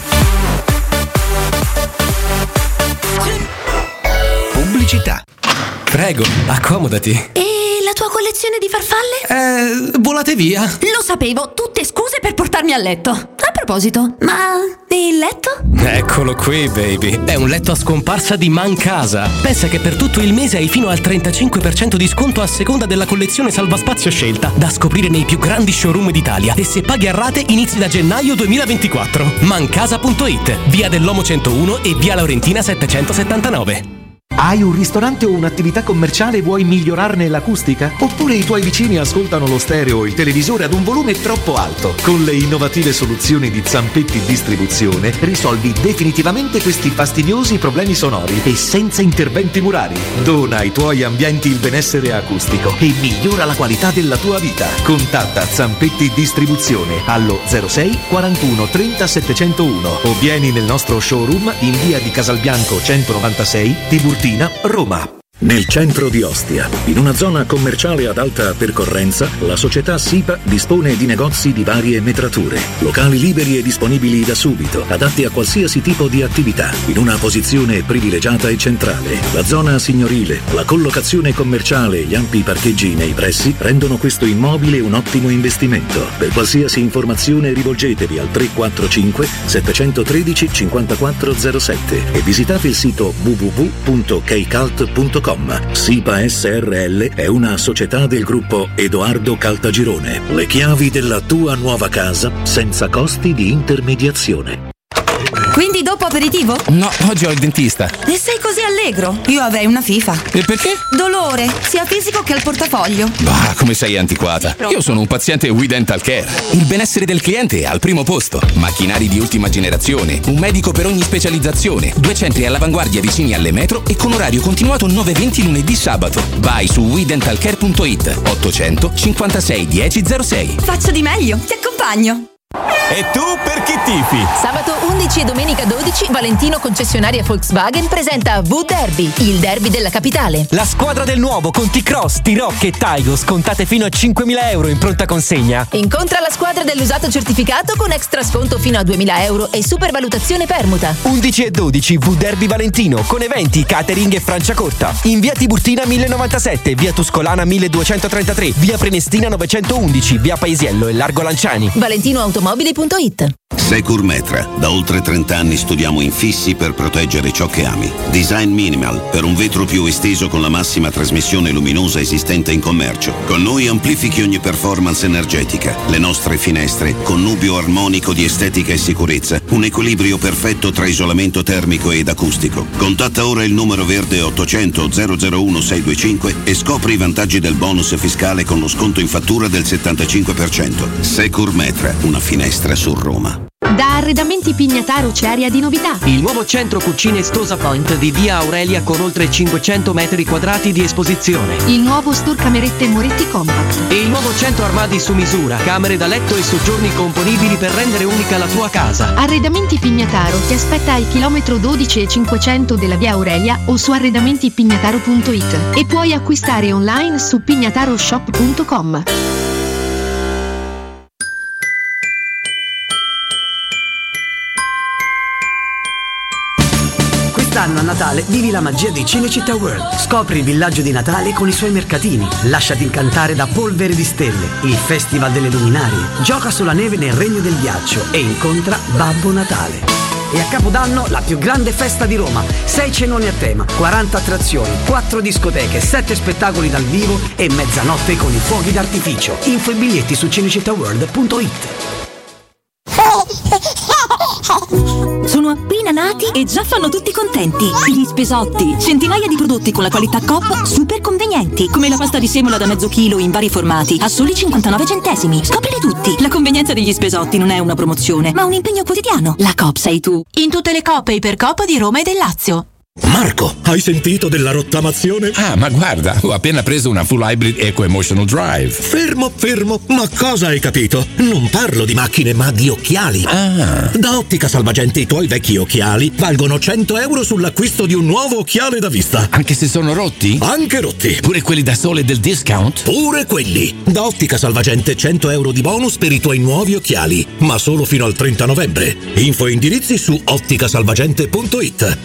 Pubblicità. Prego, accomodati. E la tua collezione di farfalle? Volate via. Lo sapevo, tutte scuse per portarmi a letto. A proposito, ma il letto? Eccolo qui, baby. È un letto a scomparsa di Mancasa. Pensa che per tutto il mese hai fino al 35% di sconto a seconda della collezione salvaspazio scelta, da scoprire nei più grandi showroom d'Italia. E se paghi a rate inizi da gennaio 2024. Mancasa.it, via dell'Omo 101 e via Laurentina 779. Hai un ristorante o un'attività commerciale e vuoi migliorarne l'acustica? Oppure i tuoi vicini ascoltano lo stereo o il televisore ad un volume troppo alto? Con le innovative soluzioni di Zampetti Distribuzione risolvi definitivamente questi fastidiosi problemi sonori e senza interventi murari. Dona ai tuoi ambienti il benessere acustico e migliora la qualità della tua vita. Contatta Zampetti Distribuzione allo 06 41 30 701 o vieni nel nostro showroom in via di Casalbianco 196 Tiburtina, Roma. Nel centro di Ostia, in una zona commerciale ad alta percorrenza, la società SIPA dispone di negozi di varie metrature, locali liberi e disponibili da subito, adatti a qualsiasi tipo di attività, in una posizione privilegiata e centrale. La zona signorile, la collocazione commerciale e gli ampi parcheggi nei pressi rendono questo immobile un ottimo investimento. Per qualsiasi informazione rivolgetevi al 345 713 5407 e visitate il sito www.kcalt.com. SIPA SRL è una società del gruppo Edoardo Caltagirone. Le chiavi della tua nuova casa senza costi di intermediazione. Quindi dopo aperitivo? No, oggi ho il dentista. E sei così allegro? Io avrei una FIFA. E perché? Dolore, sia fisico che al portafoglio. Bah, come sei antiquata. Io sono un paziente We Dental Care. Il benessere del cliente è al primo posto. Macchinari di ultima generazione, un medico per ogni specializzazione, 2 centri all'avanguardia vicini alle metro e con orario continuato 9-20 lunedì sabato. Vai su WeDentalCare.it 800 56 1006. Faccio di meglio, ti accompagno. E tu per chi tifi? Sabato 11 e domenica 12 Valentino concessionaria Volkswagen presenta V-Derby, il derby della capitale. La squadra del nuovo con T-Cross, T-Rock e Taigo scontate fino a 5.000 euro in pronta consegna. Incontra la squadra dell'usato certificato con extra sconto fino a 2.000 euro e supervalutazione permuta. 11 e 12 V-Derby Valentino con eventi, catering e Franciacorta. In via Tiburtina 1097, via Tuscolana 1233, via Prenestina 911, via Paesiello e Largo Lanciani. ValentinoAutomobili.it. Securmetra. Da oltre 30 anni studiamo infissi per proteggere ciò che ami. Design minimal per un vetro più esteso con la massima trasmissione luminosa esistente in commercio. Con noi amplifichi ogni performance energetica. Le nostre finestre, connubio armonico di estetica e sicurezza. Un equilibrio perfetto tra isolamento termico ed acustico. Contatta ora il numero verde 800 001 625 e scopri i vantaggi del bonus fiscale con lo sconto in fattura del 75%. Securmetra, una finestra su Roma. Da Arredamenti Pignataro c'è aria di novità. Il nuovo centro cucine Stosa Point di via Aurelia con oltre 500 metri quadrati di esposizione. Il nuovo store camerette Moretti Compact. E il nuovo centro armadi su misura, camere da letto e soggiorni componibili per rendere unica la tua casa. Arredamenti Pignataro ti aspetta al chilometro 12,500 della via Aurelia o su arredamentipignataro.it e puoi acquistare online su pignataroshop.com. Quest'anno a Natale vivi la magia di Cinecittà World. Scopri il villaggio di Natale con i suoi mercatini. Lasciati incantare da Polvere di Stelle, il festival delle luminarie. Gioca sulla neve nel regno del ghiaccio e incontra Babbo Natale. E a Capodanno la più grande festa di Roma. 6 cenoni a tema, 40 attrazioni, 4 discoteche, 7 spettacoli dal vivo e mezzanotte con i fuochi d'artificio. Info e biglietti su cinecittàworld.it. Sono appena nati e già fanno tutti contenti. Gli Spesotti, centinaia di prodotti con la qualità Coop super convenienti, come la pasta di semola da mezzo chilo in vari formati a soli 59 centesimi. Scoprili tutti. La convenienza degli Spesotti non è una promozione, ma un impegno quotidiano. La Coop sei tu. In tutte le Coop e Ipercoop di Roma e del Lazio. Marco, hai sentito della rottamazione? Ah, ma guarda, ho appena preso una full hybrid Eco Emotional Drive. Fermo, ma cosa hai capito? Non parlo di macchine, ma di occhiali. Ah. Da Ottica Salvagente i tuoi vecchi occhiali valgono 100 euro sull'acquisto di un nuovo occhiale da vista. Anche se sono rotti? Anche rotti. Pure quelli da sole del discount? Pure quelli. Da Ottica Salvagente 100 euro di bonus per i tuoi nuovi occhiali, ma solo fino al 30 novembre. Info e indirizzi su otticasalvagente.it.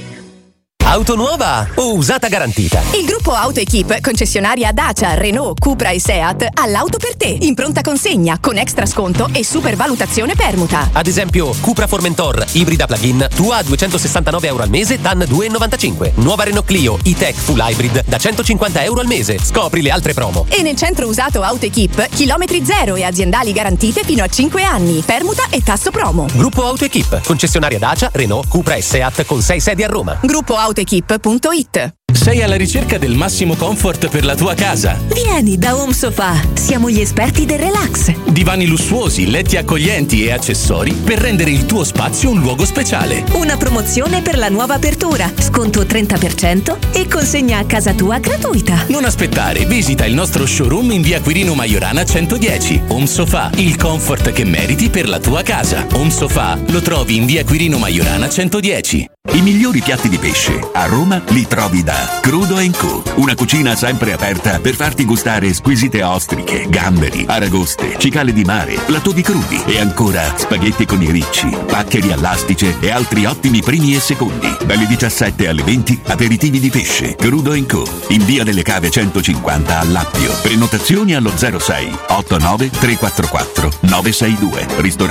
Auto nuova o usata garantita? Il gruppo AutoEquip, concessionaria Dacia, Renault, Cupra e Seat, ha l'auto per te, in pronta consegna, con extra sconto e supervalutazione permuta. Ad esempio, Cupra Formentor, ibrida plug-in, tua a 269 euro al mese, TAN 2,95. Nuova Renault Clio, e-Tech Full Hybrid, da 150 euro al mese. Scopri le altre promo. E nel centro usato AutoEquip, chilometri zero e aziendali garantite fino a 5 anni, permuta e tasso promo. Gruppo AutoEquip, concessionaria Dacia, Renault, Cupra e Seat, con 6 sedi a Roma. Gruppo AutoEquip.it. Sei alla ricerca del massimo comfort per la tua casa? Vieni da Home Sofa, siamo gli esperti del relax. Divani lussuosi, letti accoglienti e accessori per rendere il tuo spazio un luogo speciale. Una promozione per la nuova apertura, sconto 30% e consegna a casa tua gratuita. Non aspettare, visita il nostro showroom in via Quirino Maiorana 110. Home Sofa, il comfort che meriti per la tua casa. Home Sofa lo trovi in via Quirino Maiorana 110. I migliori piatti di pesce a Roma li trovi da Crudo & Co. Una cucina sempre aperta per farti gustare squisite ostriche, gamberi, aragoste, cicale di mare, lattoni crudi e ancora spaghetti con i ricci, paccheri all'astice e altri ottimi primi e secondi. Dalle 17 alle 20 aperitivi di pesce. Crudo & Co. in via delle Cave 150 a Lappio. Prenotazioni allo 06 89 344 962.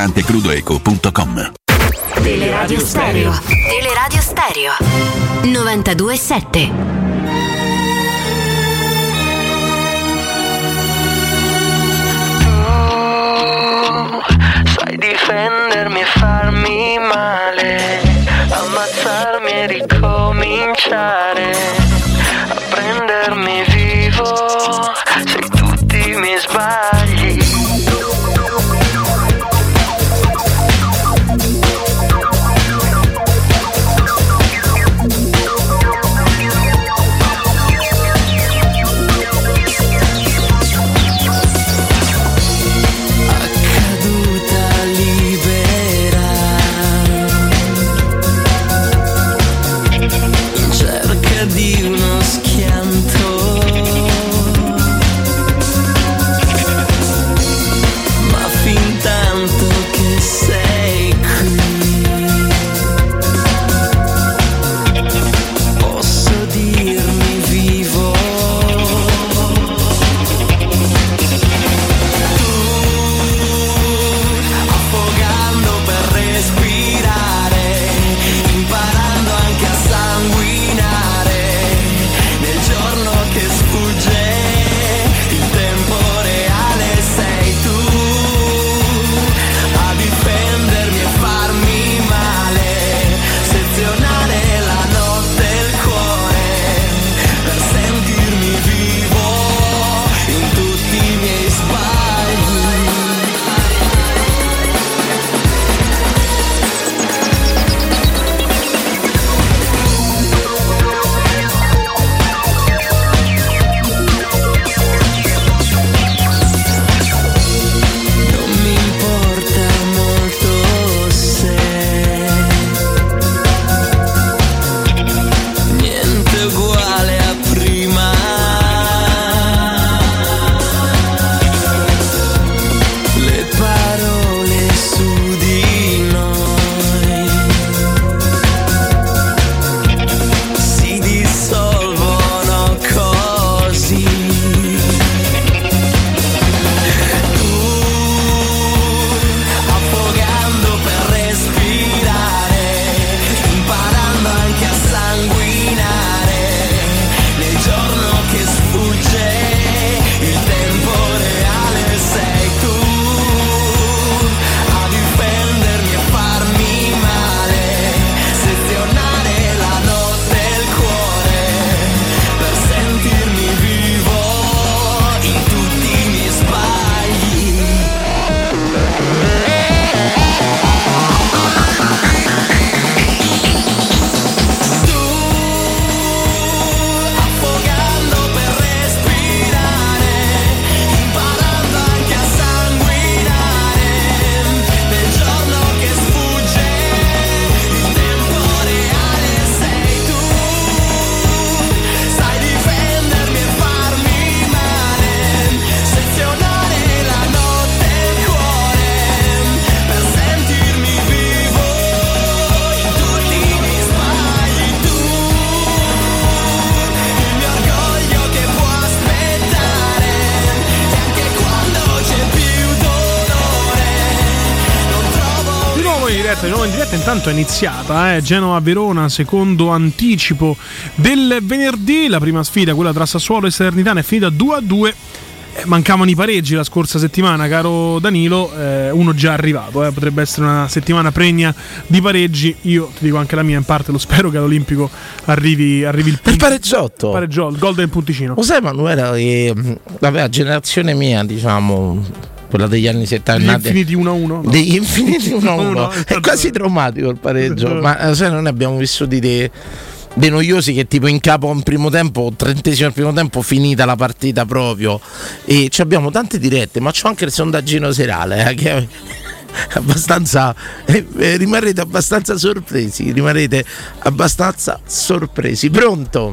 ristorantecrudoeco.com. Teleradio Stereo. Teleradio Stereo 92.7. Sai difendermi e farmi male, ammazzarmi e ricominciare, a prendermi vivo se tutti mi sbagli. Di nuovo in diretta intanto è iniziata, Genova-Verona, secondo anticipo del venerdì. La prima sfida, quella tra Sassuolo e Salernitana, è finita 2-2. Mancavano i pareggi la scorsa settimana, caro Danilo, uno già arrivato, potrebbe essere una settimana pregna di pareggi. Io ti dico anche la mia, in parte lo spero che all'Olimpico arrivi il pareggiotto, il gol del punticino. Lo sai Manuela, la generazione mia, diciamo, quella degli anni 70, infiniti 1-1, degli infiniti 1-1 è quasi traumatico il pareggio, ma sai, noi abbiamo vissuti dei noiosi che tipo in capo a un primo tempo, 30esimo al primo tempo, finita la partita proprio, e abbiamo tante dirette, ma c'ho anche il sondaggino serale che è abbastanza, rimarrete abbastanza sorpresi. Pronto?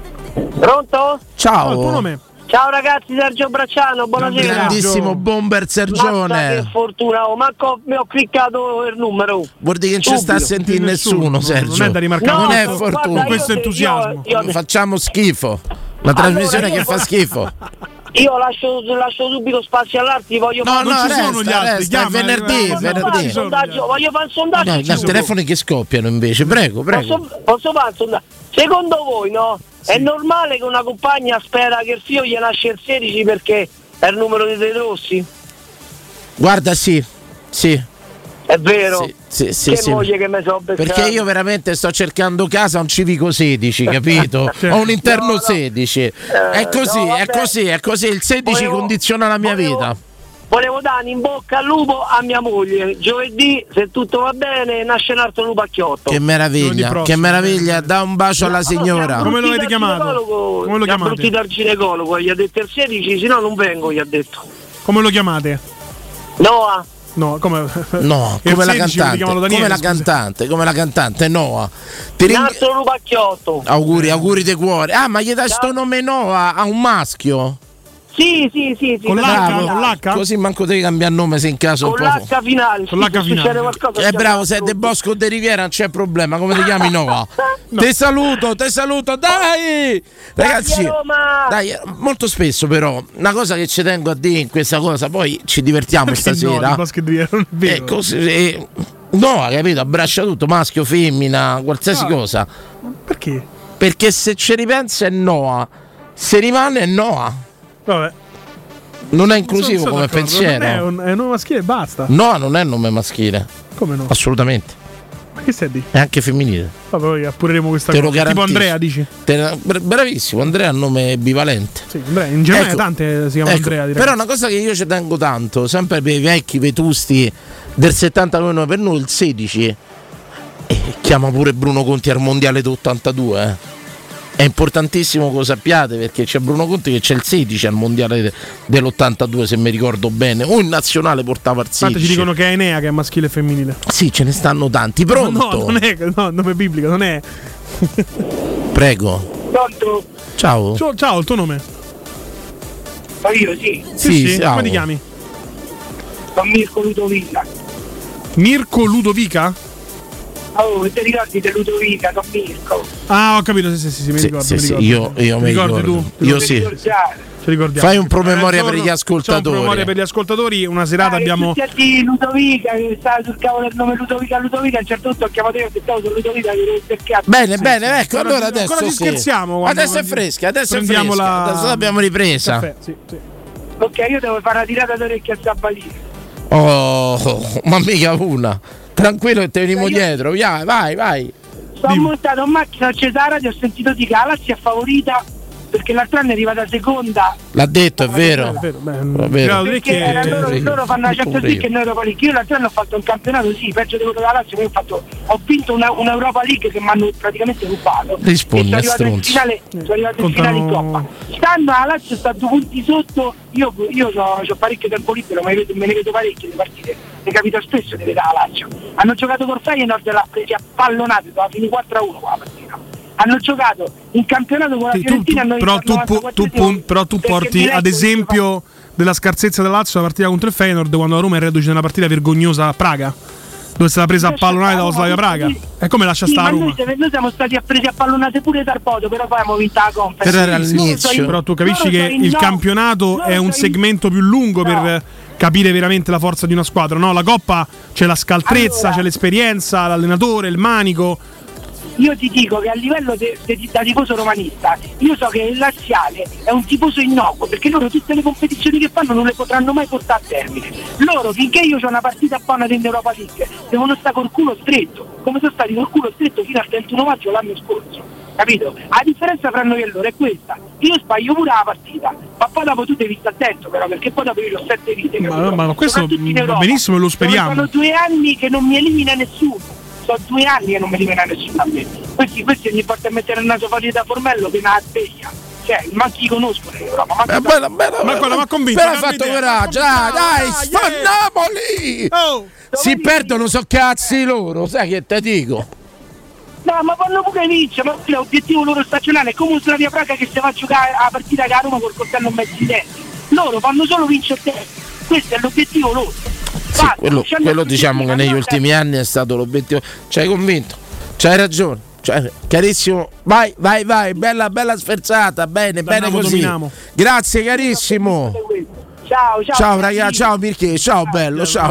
Ciao. Il tuo nome? Ciao ragazzi, Sergio Bracciano, buonasera. Grandissimo bomber Sergione. Mazza, che fortuna, manco mi ho cliccato il numero. Vuol dire che non ci sta a sentire nessuno, Sergio. Non è da rimarcare, non è fortuna. Guarda, questo entusiasmo. Io facciamo schifo. Una trasmissione che fa schifo. Io lascio subito spazio all'altro, voglio non ci sono gli altri, è venerdì. Voglio fare il sondaggio. No, i telefoni che scoppiano invece, prego. Posso fare il sondaggio? Secondo voi, no? Sì. È normale che una compagna spera che il figlio gli nasce il 16 perché è il numero dei Rossi? Guarda, sì. È vero? Sì, moglie che mi so beccato. Perché io veramente sto cercando casa a un civico 16, capito? Ho un interno 16. È così. Il 16 condiziona la mia vita. Volevo dare in bocca al lupo a mia moglie. Giovedì, se tutto va bene, nasce un altro lupo a Chiotto. Che meraviglia, da un bacio alla signora. Come lo avete chiamato? Come lo chiamate? Brutti dal ginecologo, gli ha detto il 16, se no non vengo, gli ha detto. Come lo chiamate? Noah. No, come la cantante Noah. Un altro lupo a Chiotto. Auguri di cuore. Ah, ma gli dai sto nome Noah a un maschio? Sì. Con l'H? Così manco devi cambiare nome se in caso. Con l'H finale. Con l'H finale. Bravo, sei De Bosco De Riviera, non c'è problema. Come ti chiami Noah? No. Te saluto, dai! Ragazzi, dai, molto spesso però, una cosa che ci tengo a dire in questa cosa, poi ci divertiamo stasera. È così, Noah, capito? Abbraccia tutto, maschio, femmina, qualsiasi cosa. Perché? Perché se ci ripensa è Noah, se rimane è Noah. Vabbè. Non è inclusivo come pensiero. È un nome maschile e basta. No, non è un nome maschile. Come no? Assolutamente. Ma che stai a dire? È anche femminile. Vabbè, poi appureremo questa cosa. Tipo Andrea, dici? Bravissimo, Andrea è un nome bivalente. Sì, Andrea, in Germania tante si chiamano Andrea. Direi. Però una cosa che io ci tengo tanto, sempre per i vecchi vetusti del 79, per noi il 16 chiama pure Bruno Conti al mondiale d'82, È importantissimo che lo sappiate, perché c'è Bruno Conti che c'è il 16 al mondiale dell'82, se mi ricordo bene, o in nazionale portava il 16. Ci dicono che è Enea, che è maschile e femminile. Sì, ce ne stanno tanti. Pronto? No, non è nome biblico, non è. Prego. Pronto? Ciao, il tuo nome? Ma io sì. Sì. Come ti chiami? Sono Mirko Ludovica. Mirko Ludovica? Oh, ti ricordi di Ludovica, Don Mirko? Ah, ho capito, sì, mi ricordo. Io mi ricordo. Tu? Io sì. Ci ricordiamo. Fai un promemoria per gli ascoltatori. Un promemoria per gli ascoltatori. Una serata abbiamo. Ludovica, che stava sul cavolo del nome Ludovica, a un certo punto ho chiamato io, aspettavo su Ludovica che perché. Bene, ecco, allora adesso ci scherziamo. Adesso è fresca, adesso l'abbiamo ripresa. Caffè, sì. Ok, io devo fare una tirata d'orecchie a Sabatini. Oh, ma mica una. Tranquillo che te venimo dietro, vai. Sono montato in macchina a Cesara, ti ho sentito di che la Lazio è favorita perché l'altro anno è arrivata seconda. L'ha detto, è vero. Perché loro fanno la Champions League e noi Europa League. Io l'altro anno ho fatto un campionato, peggio di quello della Lazio, poi ho vinto una Europa League che mi hanno praticamente rubato. Rispondi a stronzi. Sono arrivato in finale in Coppa. Stando alla Lazio sta 2 punti sotto. Io ho parecchio tempo libero, ma me ne vedo parecchie le partite. Mi capita spesso di vedere la Lazio. Hanno giocato col Feyenoord e l'ha presi a pallonate, doveva finire 4-1 qua la partita. Hanno giocato in campionato con la Fiorentina. Però tu porti ad esempio della scarsezza della Lazio la partita contro il Feyenoord, quando la Roma è reduce nella partita vergognosa a Praga, dove è stata presa a pallonate dalla Slavia Praga. E come lascia stare Roma? Noi siamo stati presi a pallonate pure dal Poto, però poi abbiamo vinto la Conference. Però tu capisci che il campionato è un segmento più lungo per capire veramente la forza di una squadra, no? La Coppa c'è la scaltrezza, c'è l'esperienza, l'allenatore, il manico. Io ti dico che a livello da tifoso romanista, io so che il laziale è un tifoso innocuo, perché loro tutte le competizioni che fanno non le potranno mai portare a termine. Loro, finché io ho una partita buona in Europa League, devono stare col culo stretto, come sono stati col culo stretto fino al 31 maggio l'anno scorso, capito? La differenza fra noi e loro è questa: io sbaglio pure la partita, ma poi dopo tu devi stare attento, però, perché poi dopo io ho 7 vite, ma questo va benissimo e lo speriamo. Sono 2 anni che non mi elimina nessuno. Sono 2 anni che non mi elimina nessuno a me. Questi ogni volta a mettere il naso fuori da formello che una sveglia. Cioè, ma chi conoscono in Europa? Ma convinto. Però ha fatto coraggio, dai, sfannamoli! Si perdono, so cazzi loro, sai che te dico? No, ma vanno pure vincere, ma l'obiettivo loro stagionale è come un Slavia Praga che si va a giocare la partita che a Roma col coltello in mezzo in denti. Loro fanno solo vincere te. Questo è l'obiettivo loro. Sì, quello diciamo che negli ultimi anni è stato l'obiettivo. Ci hai convinto, c'hai ragione, carissimo, vai, bella sferzata, bene così. Dominiamo. Grazie carissimo. Ciao ragazzi, ciao Mirché, ciao bello, ciao.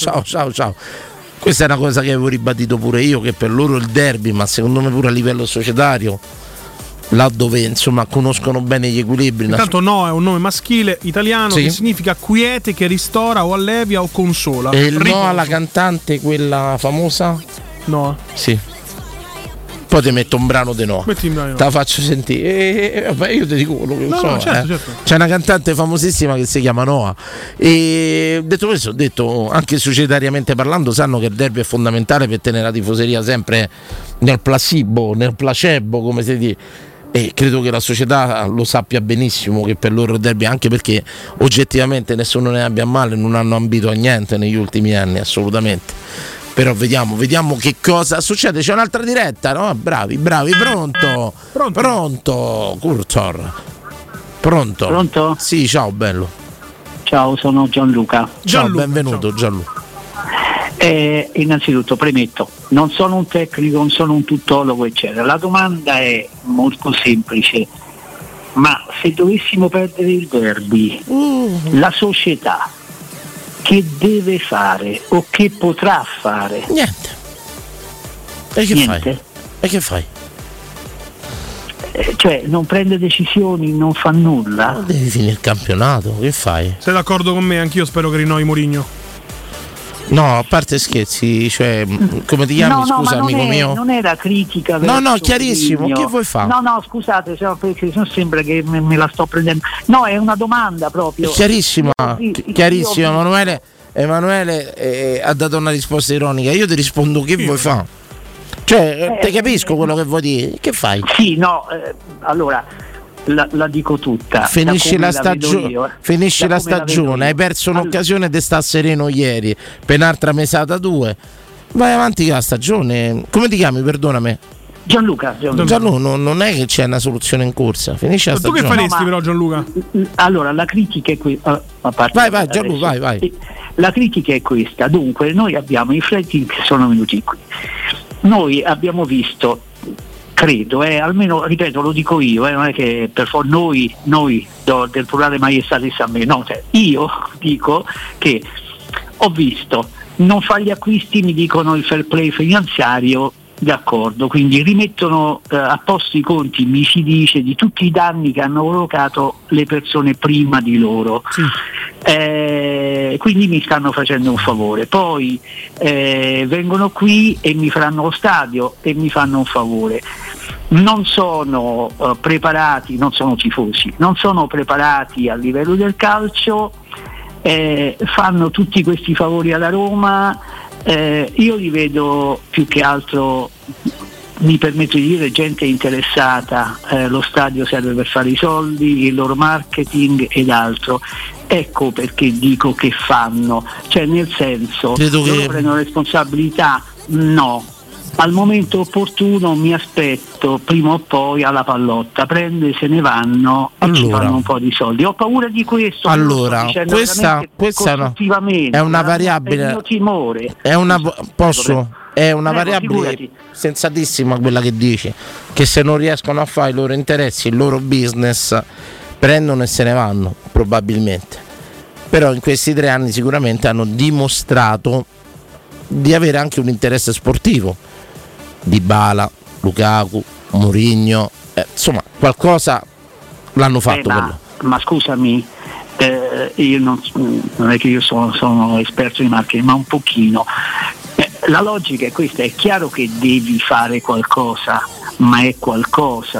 Questa è una cosa che avevo ribadito pure io, che per loro il derby, ma secondo me pure a livello societario, là dove insomma conoscono bene gli equilibri. Intanto no, è un nome maschile italiano, sì, che significa quiete, che ristora o allevia o consola. E il no alla cantante, quella famosa? No. Sì. Poi ti metto un brano di no. Te la faccio sentire. Vabbè, io ti dico quello che so. Certo. C'è una cantante famosissima che si chiama Noah. E detto questo, ho detto anche societariamente parlando, sanno che il derby è fondamentale per tenere la tifoseria sempre nel placebo, come si dice. E credo che la società lo sappia benissimo che per loro il derby, anche perché oggettivamente nessuno ne abbia male, non hanno ambito a niente negli ultimi anni, assolutamente. Però vediamo che cosa succede. C'è un'altra diretta, no? Bravi, pronto? Curtor. Pronto? Sì, ciao bello. Ciao, sono Gianluca. Ciao, benvenuto Gianluca. Innanzitutto premetto, non sono un tecnico, non sono un tuttologo eccetera. La domanda è molto semplice: ma se dovessimo perdere il derby, la società che deve fare o che potrà fare? Niente. E che fai? Cioè non prende decisioni, non fa nulla. Non devi finire il campionato, che fai? Sei d'accordo con me? Anch'io spero che rinnovi Mourinho. No, a parte scherzi, cioè, come ti chiami? Scusa, amico mio. Non era critica. No, chiarissimo. Che vuoi fare? No, scusate, perché non sembra che me la sto prendendo. No, è una domanda proprio. Chiarissima, Emanuele ha dato una risposta ironica. Io ti rispondo: che vuoi fare? Cioè, te capisco quello che vuoi dire. Che fai? Sì, no, allora. La dico tutta. Finisci la stagione, hai perso un'occasione di sta sereno ieri per un'altra mesata 2. Vai avanti con la stagione. Come ti chiami? Perdonami. Gianluca. Non è che c'è una soluzione in corsa. Finisci la stagione. Tu che faresti però, Gianluca? Allora, la critica è questa. Vai Gianluca, vai. La critica è questa. Dunque, noi abbiamo i freddi che sono venuti qui. Noi abbiamo visto, credo, almeno ripeto, lo dico io, non è che per noi del plurale maiestatis a me, no, cioè, io dico che ho visto non fare gli acquisti, mi dicono il fair play finanziario, d'accordo, quindi rimettono a posto i conti, mi si dice, di tutti i danni che hanno provocato le persone prima di loro. Sì. Quindi mi stanno facendo un favore, poi vengono qui e mi faranno lo stadio e mi fanno un favore. Non sono preparati, non sono tifosi, non sono preparati a livello del calcio, fanno tutti questi favori alla Roma. Io li vedo più che altro, mi permetto di dire, gente interessata, lo stadio serve per fare i soldi, il loro marketing ed altro. Ecco perché dico che fanno, cioè nel senso, loro prendono responsabilità? No. Al momento opportuno mi aspetto prima o poi alla pallotta, se ne vanno e ci fanno un po' di soldi. Ho paura di questo. Allora, questa è una variabile. È il mio timore. È una variabile sensatissima quella che dici, che se non riescono a fare i loro interessi, il loro business, prendono e se ne vanno, probabilmente. però in questi 3 anni sicuramente hanno dimostrato di avere anche un interesse sportivo. Dybala, Lukaku, Mourinho, insomma qualcosa l'hanno fatto. Ma scusami, io non è che io sono esperto di marketing, ma un pochino. La logica è questa: è chiaro che devi fare qualcosa, ma è qualcosa.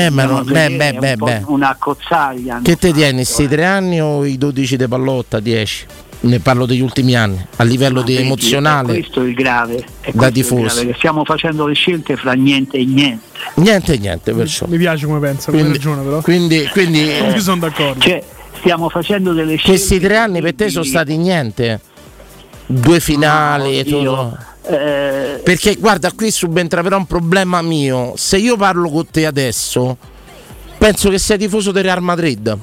Una cozzaglia. Che te tieni, questi 3 anni o i 12 di Pallotta, 10? Ne parlo degli ultimi anni, a livello di emozionale. Questo è il grave. Da tifosi. Che stiamo facendo le scelte fra niente e niente. Niente, perciò. Mi piace come pensa, hai ragione però. Quindi io sono d'accordo. Cioè, stiamo facendo delle scelte. Questi 3 anni per te sono stati niente. 2 finali, perché guarda, qui subentra però un problema mio. Se io parlo con te adesso, penso che sei tifoso del Real Madrid.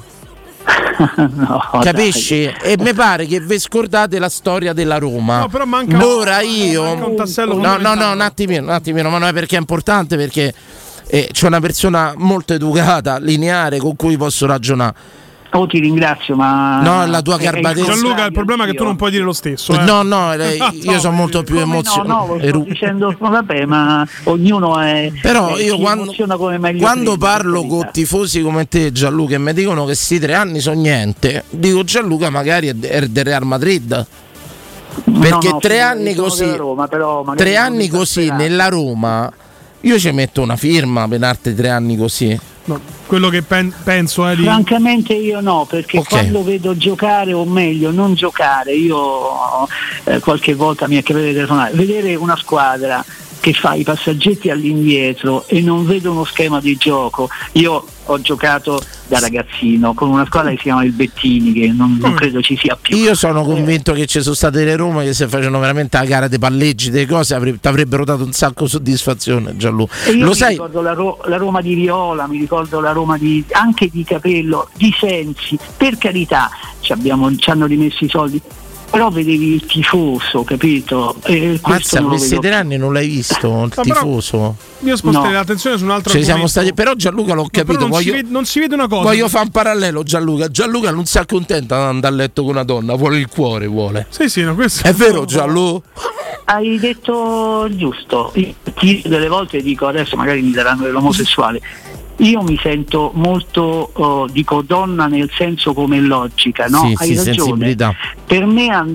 No, capisci? Dai. E mi pare che vi scordate la storia della Roma. No, però manca un tassello. No, un attimino, ma non è perché è importante, perché c'è una persona molto educata, lineare, con cui posso ragionare. Oh, ti ringrazio, ma no, la tua garbatezza. Gianluca, il problema è che tu non puoi dire lo stesso. No, io sono molto più emozionato. No, sto dicendo, vabbè, ma ognuno è. Però io quando parlo crede, con tifosi come te, Gianluca, e mi dicono che questi 3 anni sono niente, dico Gianluca magari è del Real Madrid. Perché 3 anni così, Roma, però 3 anni così nella Roma, io ci metto una firma per darti 3 anni così. No, quello che penso è di. Francamente io no, perché quando vedo giocare, o meglio non giocare, io qualche volta mi è capitato di telefonare, vedere una squadra che fa i passaggetti all'indietro e non vedo uno schema di gioco. Io ho giocato da ragazzino con una squadra che si chiama il Bettini, che non credo ci sia più. Io sono convinto che ci sono state le Roma che se facevano veramente la gara dei palleggi, delle cose, ti avrebbero dato un sacco di soddisfazione, Gianluca. Lo sai? Mi ricordo la Roma di Viola, mi ricordo la Roma anche di Capello, di Sensi, per carità, ci hanno rimesso i soldi. Però vedevi il tifoso, capito? Mazza, questi 3 anni non l'hai visto il tifoso? Io sposterei l'attenzione su un altro siamo stati, però Gianluca l'ho capito. Non si vede una cosa. Voglio fare un parallelo, Gianluca. Gianluca non si accontenta di andare a letto con una donna, vuole il cuore, vuole. Sì, no, questo è vero, Gianluca. Hai detto giusto. Io delle volte dico, adesso magari mi daranno dell'omosessuale. Io mi sento molto, dico donna nel senso come logica, no? Hai ragione. Sensibilità. Per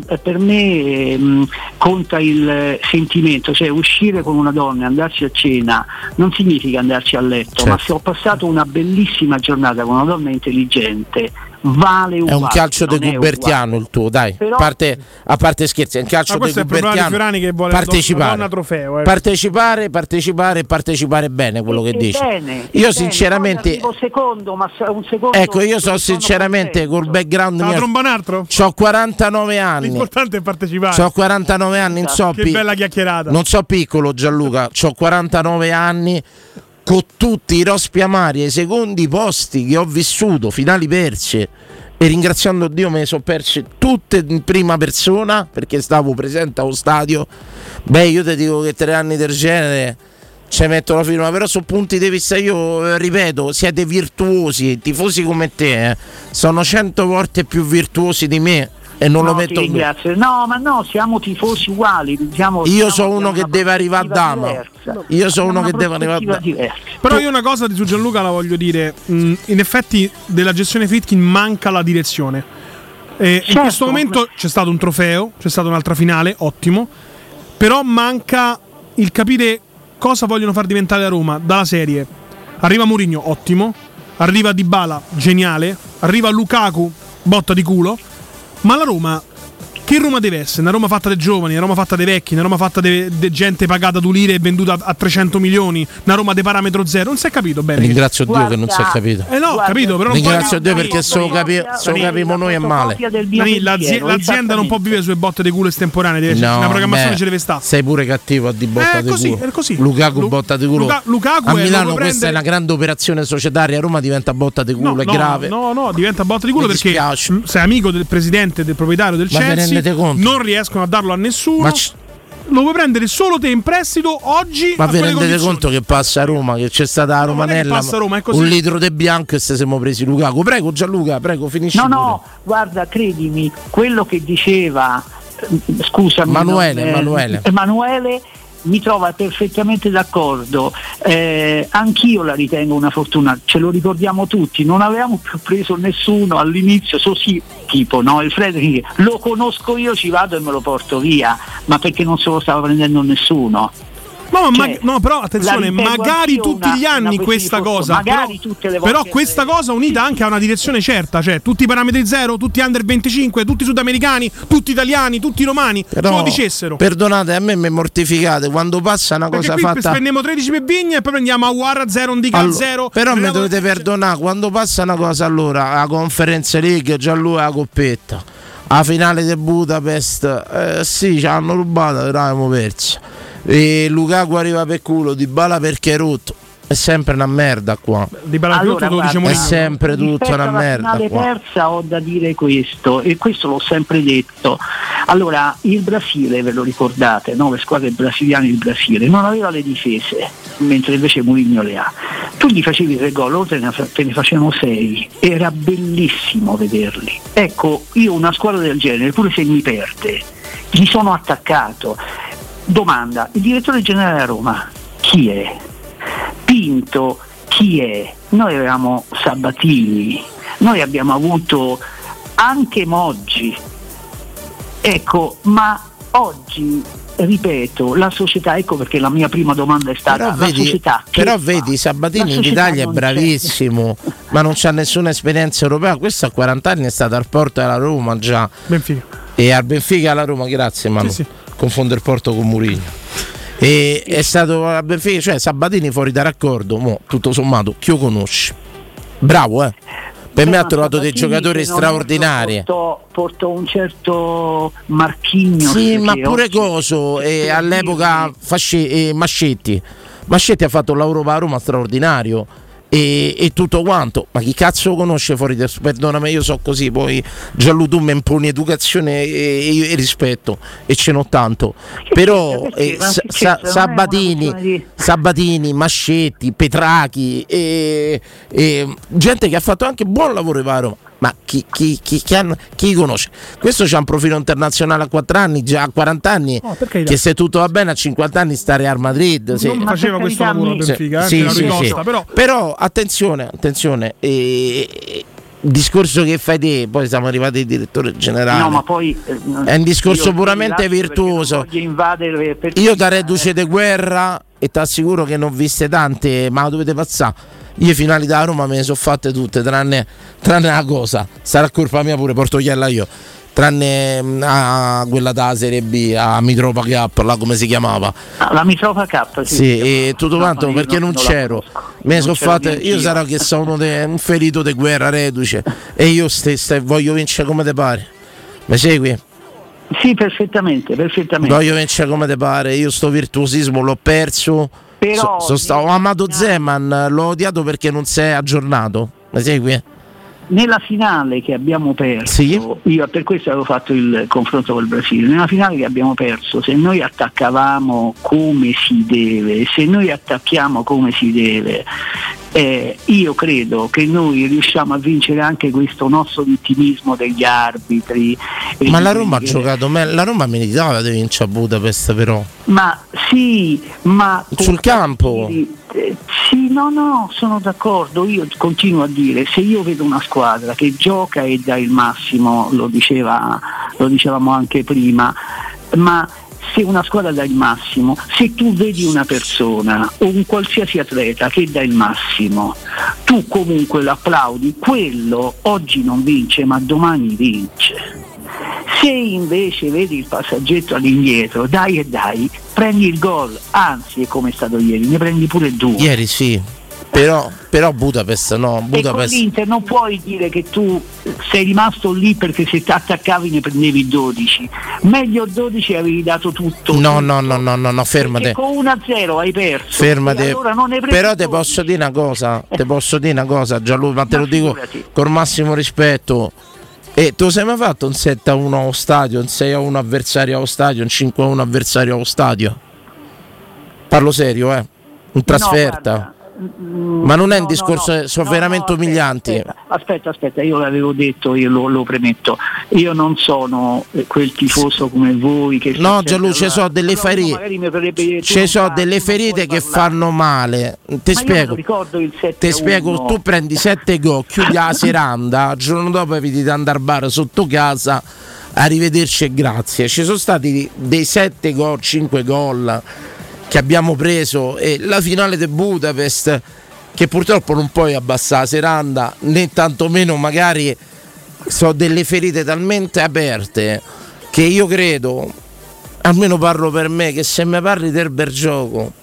me conta il sentimento, cioè uscire con una donna e andarci a cena non significa andarci a letto, certo. Ma se ho passato una bellissima giornata con una donna intelligente, vale uguale. È un calcio de Gubertiano il tuo, dai. Però, a parte scherzi, è un calcio de Gubertiano. Che vuole partecipare. Donna trofeo, partecipare bene quello che dici. Io sinceramente un secondo. Ecco, io so sinceramente col background mio. C'ho 49 anni. L'importante è partecipare. C'ho 49 anni, che bella chiacchierata. Non so piccolo, Gianluca, c'ho 49 anni. Con tutti i rospi amari ai secondi posti che ho vissuto, finali perse, e ringraziando Dio me ne sono perse tutte in prima persona perché stavo presente allo stadio. Io ti dico che 3 anni del genere ci metto la firma, però su punti di vista, io ripeto, siete virtuosi, tifosi come te sono 100 volte più virtuosi di me. E non lo metto. No, ma no, siamo tifosi uguali. Io sono uno che deve arrivare a Dama. Io sono uno che deve arrivare a Dama. Però io una cosa su Gianluca la voglio dire. In effetti della gestione Friedkin manca la direzione. In questo momento c'è stato un trofeo, c'è stata un'altra finale, ottimo. Però manca il capire cosa vogliono far diventare la Roma dalla serie. Arriva Mourinho, ottimo. Arriva Dybala, geniale. Arriva Lukaku, botta di culo. Ma la Roma, che Roma deve essere? Una Roma fatta dei giovani, una Roma fatta dei vecchi, una Roma fatta di gente pagata 2 lire e venduta a 300 milioni, una Roma di parametro zero. Non si è capito bene. Ringrazio Dio che non si è capito. Capito, però ringrazio Dio perché se lo capimo noi è male. L'azienda non può vivere sulle botte di culo estemporanee, una programmazione ci deve stare. Sei pure cattivo a di botta di culo. È così. Lukaku botta di culo. Lukaku a Milano questa è una grande operazione societaria, a Roma diventa botta di culo, è grave. No, diventa botta di culo perché sei amico del presidente, del proprietario del Chelsea, non riescono a darlo a nessuno. lo puoi prendere solo te in prestito oggi. Ma vi rendete conto che passa a Roma, che c'è stata la Romanella, Roma, un litro di bianco e se siamo presi Lukaku. Prego Gianluca, prego, finisci. No, guarda, credimi, quello che diceva, scusami, Emanuele mi trova perfettamente d'accordo. Anch'io la ritengo una fortuna, ce lo ricordiamo tutti, non avevamo più preso nessuno all'inizio, tipo no, il Frederick lo conosco io, ci vado e me lo porto via, ma perché non se lo stava prendendo nessuno. No, però attenzione, magari tutti gli anni questa cosa, magari tutte le volte, però questa cosa unita anche a una direzione certa, cioè tutti i parametri zero, tutti under 25, tutti sudamericani, tutti italiani, tutti romani, però, se lo dicessero. Perdonate, a me mi mortificate quando passa una perché cosa qui fatta. Spendiamo 13 per Vigna e poi prendiamo Aguar a 0, Ndica a 0. Però mi dovete perdonare, quando passa una cosa, allora la Conference League già lui ha la coppetta, a finale di Budapest sì, ci hanno rubato, però abbiamo perso. E Lukaku arriva per culo, Dybala perché è rotto. È sempre una merda qua. È sempre tutta una merda. Finale persa, ho da dire questo, e questo l'ho sempre detto. Allora, il Brasile, ve lo ricordate, no? Le squadre brasiliane del Brasile non aveva le difese, mentre invece Mourinho le ha. Tu gli facevi 3 gol, loro te ne facevano 6. Era bellissimo vederli. Ecco, io una squadra del genere, pure se mi perde, gli sono attaccato. Domanda, il direttore generale a Roma chi è? Pinto chi è? Noi avevamo Sabatini, noi abbiamo avuto anche Moggi, ecco, ma oggi, ripeto, la società, ecco perché la mia prima domanda è stata società. Però vedi, Sabatini in Italia è bravissimo, ma non c'ha nessuna esperienza europea, questo a 40 anni è stato al Porto della Roma già. Benfica. E al Benfica e alla Roma, grazie Manu. Sì. Confonde il Porto con Mourinho. E è stato a Benfica, cioè Sabatini fuori da raccordo, tutto sommato, chi lo conosce? Bravo, Per me ha trovato dei giocatori straordinari. Porto un certo Marchigno. Sì, ma pure Coso, e all'epoca Mascetti ha fatto un lavoro per la Roma straordinario. E tutto quanto, ma chi cazzo lo conosce fuori del... Perdonami, io so così, poi Gianlu tu mi imponi educazione e rispetto e ce n'ho tanto, però Sabatini, Mascetti, Petrachi gente che ha fatto anche buon lavoro per la Roma, ma chi conosce? Questo c'ha un profilo internazionale a 4 anni, già a 40 anni, che se tutto va bene a 50 anni sta Real Madrid. Non faceva questo lavoro a Benfica, sì. Però attenzione, discorso che fai te, poi siamo arrivati al direttore generale. No, ma poi è un discorso puramente virtuoso. Io da reduce di guerra, e ti assicuro che ne ho viste tante, ma dovete passare. Io finali da Roma me ne sono fatte tutte, tranne una cosa, sarà colpa mia pure, porto chiella io, tranne quella da Serie B, a Mitropa Cup, là come si chiamava? La Mitropa Cup, sì, e tutto quanto perché non c'ero. Me ne sono fatte, io sarò che sono un ferito di guerra reduce, e io stesso voglio vincere come te pare. Mi segui? Sì, perfettamente. Voglio vincere come te pare, io sto virtuosismo l'ho perso. Però ho amato Zeman, l'ho odiato perché non si è aggiornato. Mi segui? Nella finale che abbiamo perso, sì? Io per questo avevo fatto il confronto col Brasile. Nella finale che abbiamo perso, se noi attaccavamo come si deve, se noi attacchiamo come si deve, io credo che noi riusciamo a vincere anche questo nostro vittimismo degli arbitri. Ma la Roma ha giocato, la Roma meritava di vincere a Budapest, però. Ma sì, ma sul campo. Sì, no, sono d'accordo. Io continuo a dire, se io vedo una squadra che gioca e dà il massimo, lo dicevamo anche prima, ma se una squadra dà il massimo, se tu vedi una persona o un qualsiasi atleta che dà il massimo, tu comunque lo applaudi, quello oggi non vince ma domani vince. Se invece vedi il passaggetto all'indietro, dai, prendi il gol, anzi è come è stato ieri, ne prendi pure 2. Ieri sì, però Budapest no. E con l'Inter non puoi dire che tu sei rimasto lì perché se ti attaccavi ne prendevi 12. Meglio 12 avevi dato tutto. No, fermate. Perché con 1-0 hai perso. Fermate. Allora non ne però te posso dire una cosa, Gianluca, ma te lo dico col massimo rispetto. E tu sei mai fatto un 7-1 allo stadio, un 6-1 avversario allo stadio, un 5-1 avversario allo stadio? Parlo serio, in trasferta. Ma non è un discorso, sono veramente umilianti. Aspetta, io l'avevo detto, io lo premetto. Io non sono quel tifoso come voi che no, Gianluca, ci sono delle ferite. Ci sono delle ferite che fanno male. Ti spiego. Tu prendi 7 gol, chiudi la seranda, il giorno dopo eviti di andare al bar sotto casa. Arrivederci e grazie. Ci sono stati dei 7 gol, 5 gol che abbiamo preso, e la finale di Budapest, che purtroppo non puoi abbassare la seranda, né tantomeno magari sono delle ferite talmente aperte che io credo, almeno parlo per me, che se mi parli del bel gioco,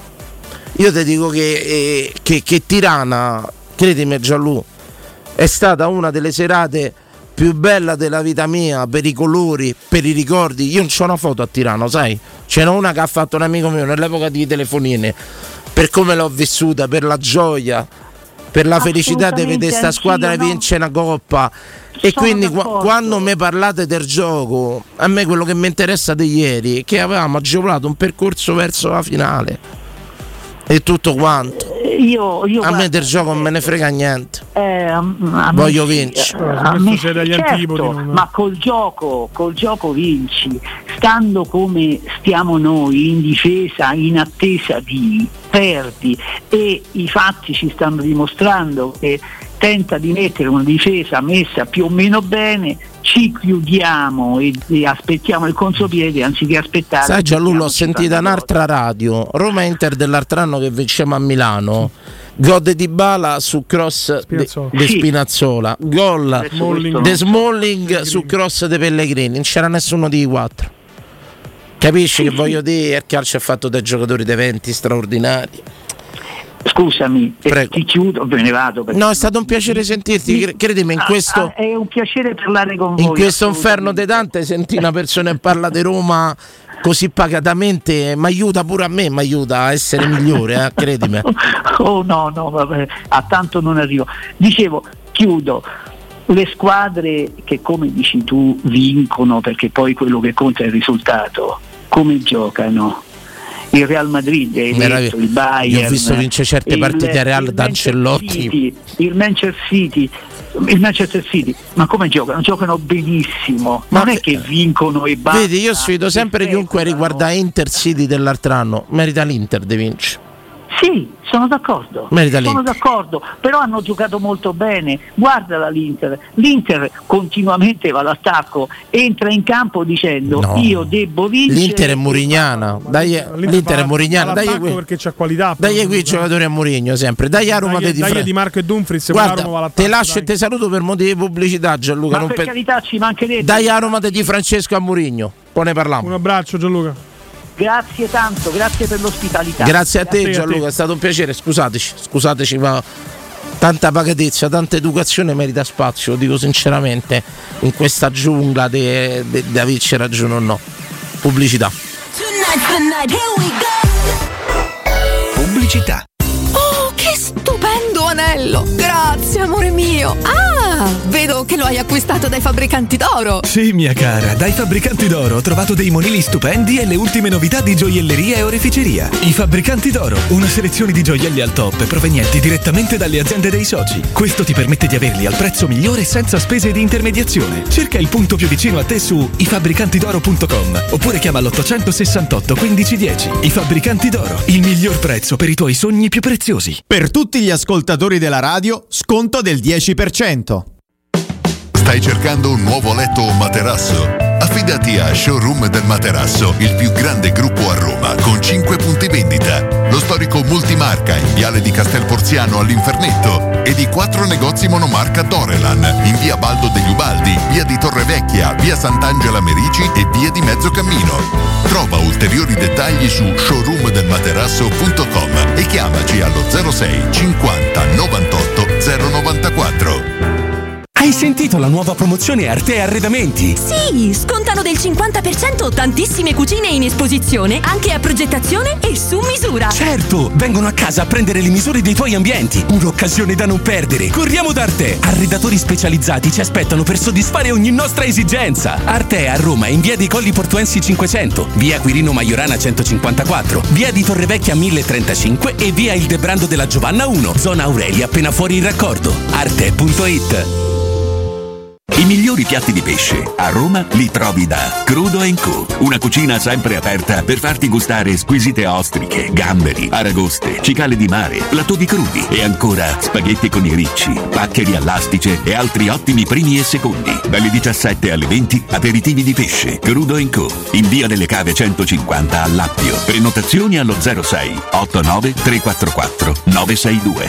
io ti dico che Tirana, credimi Gianlu, è stata una delle serate più bella della vita mia, per i colori, per i ricordi. Io non c'ho una foto a Tirano, sai? C'era una che ha fatto un amico mio nell'epoca di telefonine, per come l'ho vissuta, per la gioia, per la felicità di vedere sta squadra vincere una coppa. E quindi quando mi parlate del gioco, a me quello che mi interessa di ieri è che avevamo agevolato un percorso verso la finale e tutto quanto. A me del gioco non me ne frega niente. Voglio vincere. Certo, ma col gioco vinci. Stando come stiamo noi in difesa, in attesa di perdi, e i fatti ci stanno dimostrando che tenta di mettere una difesa messa più o meno bene, ci chiudiamo e aspettiamo il contropiede anziché aspettare. Sai Gianluca, l'ho sentita un'altra radio, Roma Inter dell'altro anno che vinceva a Milano, gol di Dybala su cross di Spinazzola, gol di Smalling su cross di Pellegrini, non c'era nessuno di 4. Capisci che voglio dire? Il calcio è fatto dai giocatori di eventi straordinari. Scusami, ti chiudo, me ne vado. No, è stato un piacere sentirti, credimi, in questo è un piacere parlare con voi. In questo inferno di Dante senti una persona che parla di Roma così pacatamente, mi aiuta pure a me, mi aiuta a essere migliore, credimi. Oh no, vabbè, a tanto non arrivo. Dicevo, chiudo. Le squadre che, come dici tu, vincono, perché poi quello che conta è il risultato, come giocano? Il Real Madrid, il Bayern, io ho visto vincere certe partite a Real da Ancelotti, il Manchester City, ma come giocano? Giocano benissimo, non è che vincono e basta. Vedi, io sfido sempre chiunque riguarda Inter City dell'altro anno, merita l'Inter di vincere. Sì, sono d'accordo, però hanno giocato molto bene. Guardala l'Inter continuamente va all'attacco, entra in campo dicendo io devo vincere. L'Inter è murignana, l'Inter è murignana, dai qui, perché c'ha qualità. Dai qui i giocatori a Mourinho sempre, dai a Roma di Marco e Dumfries. Guarda, te lascio e te saluto per motivi di pubblicità, Gianluca. Ma per carità, ci mancherebbe. Dai a Roma di Francesco a Mourinho, poi ne parliamo. Un abbraccio Gianluca. Grazie tanto, grazie per l'ospitalità. Grazie a te Gianluca, è stato un piacere. Scusateci, ma tanta pacatezza, tanta educazione merita spazio, lo dico sinceramente, in questa giungla da vincere ragione o no. Pubblicità. Pubblicità. Oh, che stupendo anello! Grazie, amore mio! Vedo che lo hai acquistato dai Fabbricanti d'Oro. Sì, mia cara, dai Fabbricanti d'Oro ho trovato dei monili stupendi e le ultime novità di gioielleria e oreficeria. I Fabbricanti d'Oro, una selezione di gioielli al top provenienti direttamente dalle aziende dei soci. Questo ti permette di averli al prezzo migliore senza spese di intermediazione. Cerca il punto più vicino a te su ifabbricantidoro.com oppure chiama l'868 1510. I Fabbricanti d'Oro, il miglior prezzo per i tuoi sogni più preziosi. Per tutti gli ascoltatori della radio, sconto del 10%. Stai cercando un nuovo letto o materasso? Affidati a Showroom del Materasso, il più grande gruppo a Roma, con 5 punti vendita. Lo storico multimarca in Viale di Castel Porziano all'Infernetto e di 4 negozi monomarca Dorelan in Via Baldo degli Ubaldi, Via di Torrevecchia, Via Sant'Angela Merici e Via di Mezzocammino. Trova ulteriori dettagli su showroomdelmaterasso.com e chiamaci allo 06 50 98 094. Hai Hai sentito la nuova promozione Arte Arredamenti? Sì, scontano del 50% tantissime cucine in esposizione, anche a progettazione e su misura. Certo, vengono a casa a prendere le misure dei tuoi ambienti. Un'occasione da non perdere. Corriamo da Arte. Arredatori specializzati ci aspettano per soddisfare ogni nostra esigenza. Arte a Roma in via dei Colli Portuensi 500, via Quirino Maiorana 154, via di Torrevecchia 1035 e via Ildebrando della Giovanna 1, zona Aurelia appena fuori il raccordo. Arte.it. I migliori piatti di pesce a Roma li trovi da Crudo & Co. Una cucina sempre aperta per farti gustare squisite ostriche, gamberi, aragoste, cicale di mare, lattoni crudi e ancora spaghetti con i ricci, paccheri all'astice e altri ottimi primi e secondi. Dalle 17 alle 20 aperitivi di pesce. Crudo & Co. in via delle Cave 150 a Lappio. Prenotazioni allo 06 89 344 962.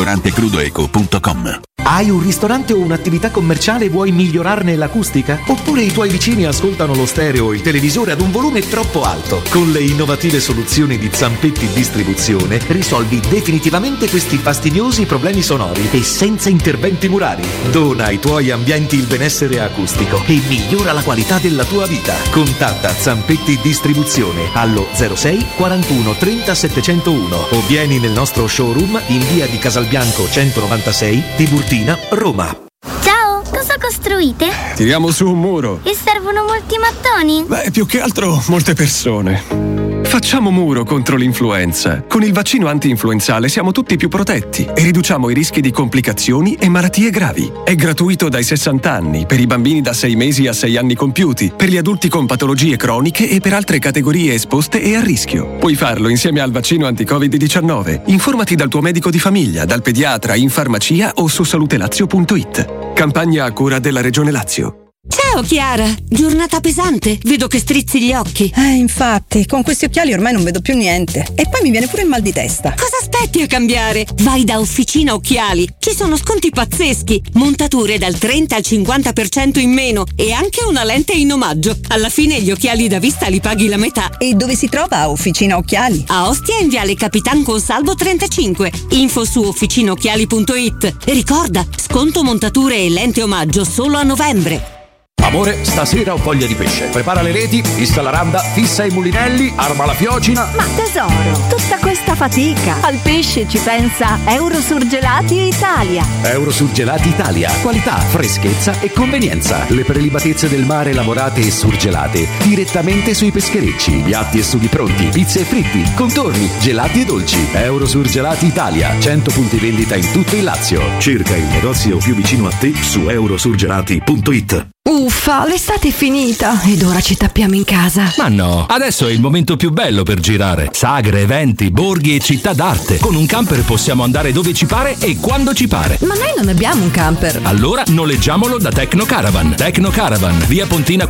ristorantecrudoeco.com. Hai un ristorante o un'attività commerciale e vuoi migliorarne l'acustica? Oppure i tuoi vicini ascoltano lo stereo o il televisore ad un volume troppo alto? Con le innovative soluzioni di Zampetti Distribuzione risolvi definitivamente questi fastidiosi problemi sonori e senza interventi murari. Dona ai tuoi ambienti il benessere acustico e migliora la qualità della tua vita. Contatta Zampetti Distribuzione allo 06 41 30 701 o vieni nel nostro showroom in via di Casalbianco 196 Tiburtina, Roma. Ciao, cosa costruite? Tiriamo su un muro. E servono molti mattoni? Beh, più che altro molte persone. Facciamo muro contro l'influenza. Con il vaccino anti-influenzale siamo tutti più protetti e riduciamo i rischi di complicazioni e malattie gravi. È gratuito dai 60 anni, per i bambini da 6 mesi a 6 anni compiuti, per gli adulti con patologie croniche e per altre categorie esposte e a rischio. Puoi farlo insieme al vaccino anti-Covid-19. Informati dal tuo medico di famiglia, dal pediatra, in farmacia o su salutelazio.it. Campagna a cura della Regione Lazio. Ciao Chiara, giornata pesante, vedo che strizzi gli occhi. Infatti, con questi occhiali ormai non vedo più niente. E poi mi viene pure il mal di testa. Cosa aspetti a cambiare? Vai da Officina Occhiali, ci sono sconti pazzeschi, montature dal 30 al 50% in meno e anche una lente in omaggio. Alla fine gli occhiali da vista li paghi la metà. E dove si trova Officina Occhiali? A Ostia in viale Capitan Consalvo 35, info su officinaocchiali.it. E ricorda, sconto montature e lente omaggio solo a novembre. Amore, stasera ho voglia di pesce. Prepara le reti, fissa la randa, fissa i mulinelli, arma la fiocina. Ma tesoro, tutta questa fatica. Al pesce ci pensa Eurosurgelati Italia. Eurosurgelati Italia. Qualità, freschezza e convenienza. Le prelibatezze del mare lavorate e surgelate direttamente sui pescherecci. Piatti e sughi pronti, pizze e fritti, contorni, gelati e dolci. Eurosurgelati Italia. 100 punti vendita in tutto il Lazio. Cerca il negozio più vicino a te su eurosurgelati.it. Uffa, l'estate è finita ed ora ci tappiamo in casa. Ma no, adesso è il momento più bello per girare. Sagre, eventi, borghi e città d'arte. Con un camper possiamo andare dove ci pare e quando ci pare. Ma noi non abbiamo un camper. Allora noleggiamolo da Tecno Caravan. Tecno Caravan, via Pontina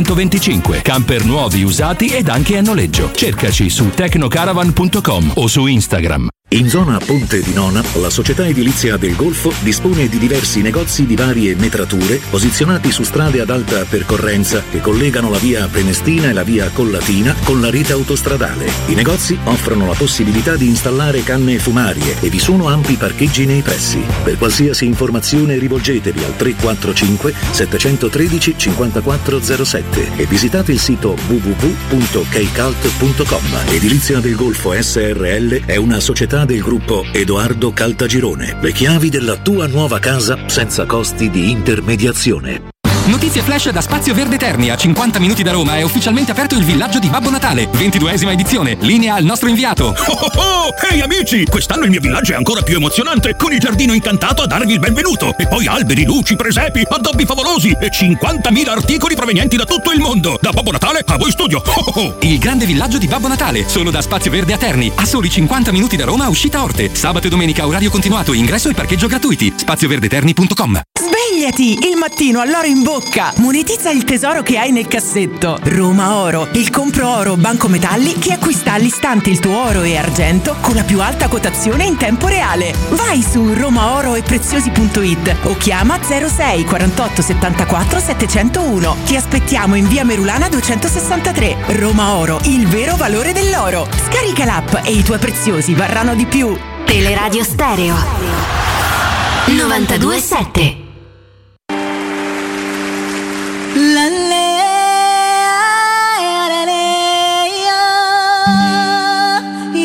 425. Camper nuovi, usati ed anche a noleggio. Cercaci su tecnocaravan.com o su Instagram. In zona Ponte di Nona, la società edilizia del Golfo dispone di diversi negozi di varie metrature posizionati su strade ad alta percorrenza che collegano la via Prenestina e la via Collatina con la rete autostradale. I negozi offrono la possibilità di installare canne fumarie e vi sono ampi parcheggi nei pressi. Per qualsiasi informazione rivolgetevi al 345 713 5407 e visitate il sito www.keicalt.com. Edilizia del Golfo SRL è una società del gruppo Edoardo Caltagirone. Le chiavi della tua nuova casa senza costi di intermediazione. Notizie flash da Spazio Verde Terni, a 50 minuti da Roma è ufficialmente aperto il villaggio di Babbo Natale, 22esima edizione, linea al nostro inviato. Ehi amici, quest'anno il mio villaggio è ancora più emozionante, con il giardino incantato a darvi il benvenuto, e poi alberi, luci, presepi, addobbi favolosi e 50.000 articoli provenienti da tutto il mondo. Da Babbo Natale a voi studio. Il grande villaggio di Babbo Natale, solo da Spazio Verde a Terni, a soli 50 minuti da Roma, uscita Orte, sabato e domenica orario continuato, ingresso e parcheggio gratuiti, spazioverdeterni.com. Svegliati, il mattino all'oro in bocca, monetizza il tesoro che hai nel cassetto. Roma Oro, il compro oro banco metalli che acquista all'istante il tuo oro e argento con la più alta quotazione in tempo reale. Vai su romaoroepreziosi.it o chiama 06 48 74 701. Ti aspettiamo in via Merulana 263. Roma Oro, il vero valore dell'oro. Scarica l'app e i tuoi preziosi varranno di più. Teleradio Stereo 92.7.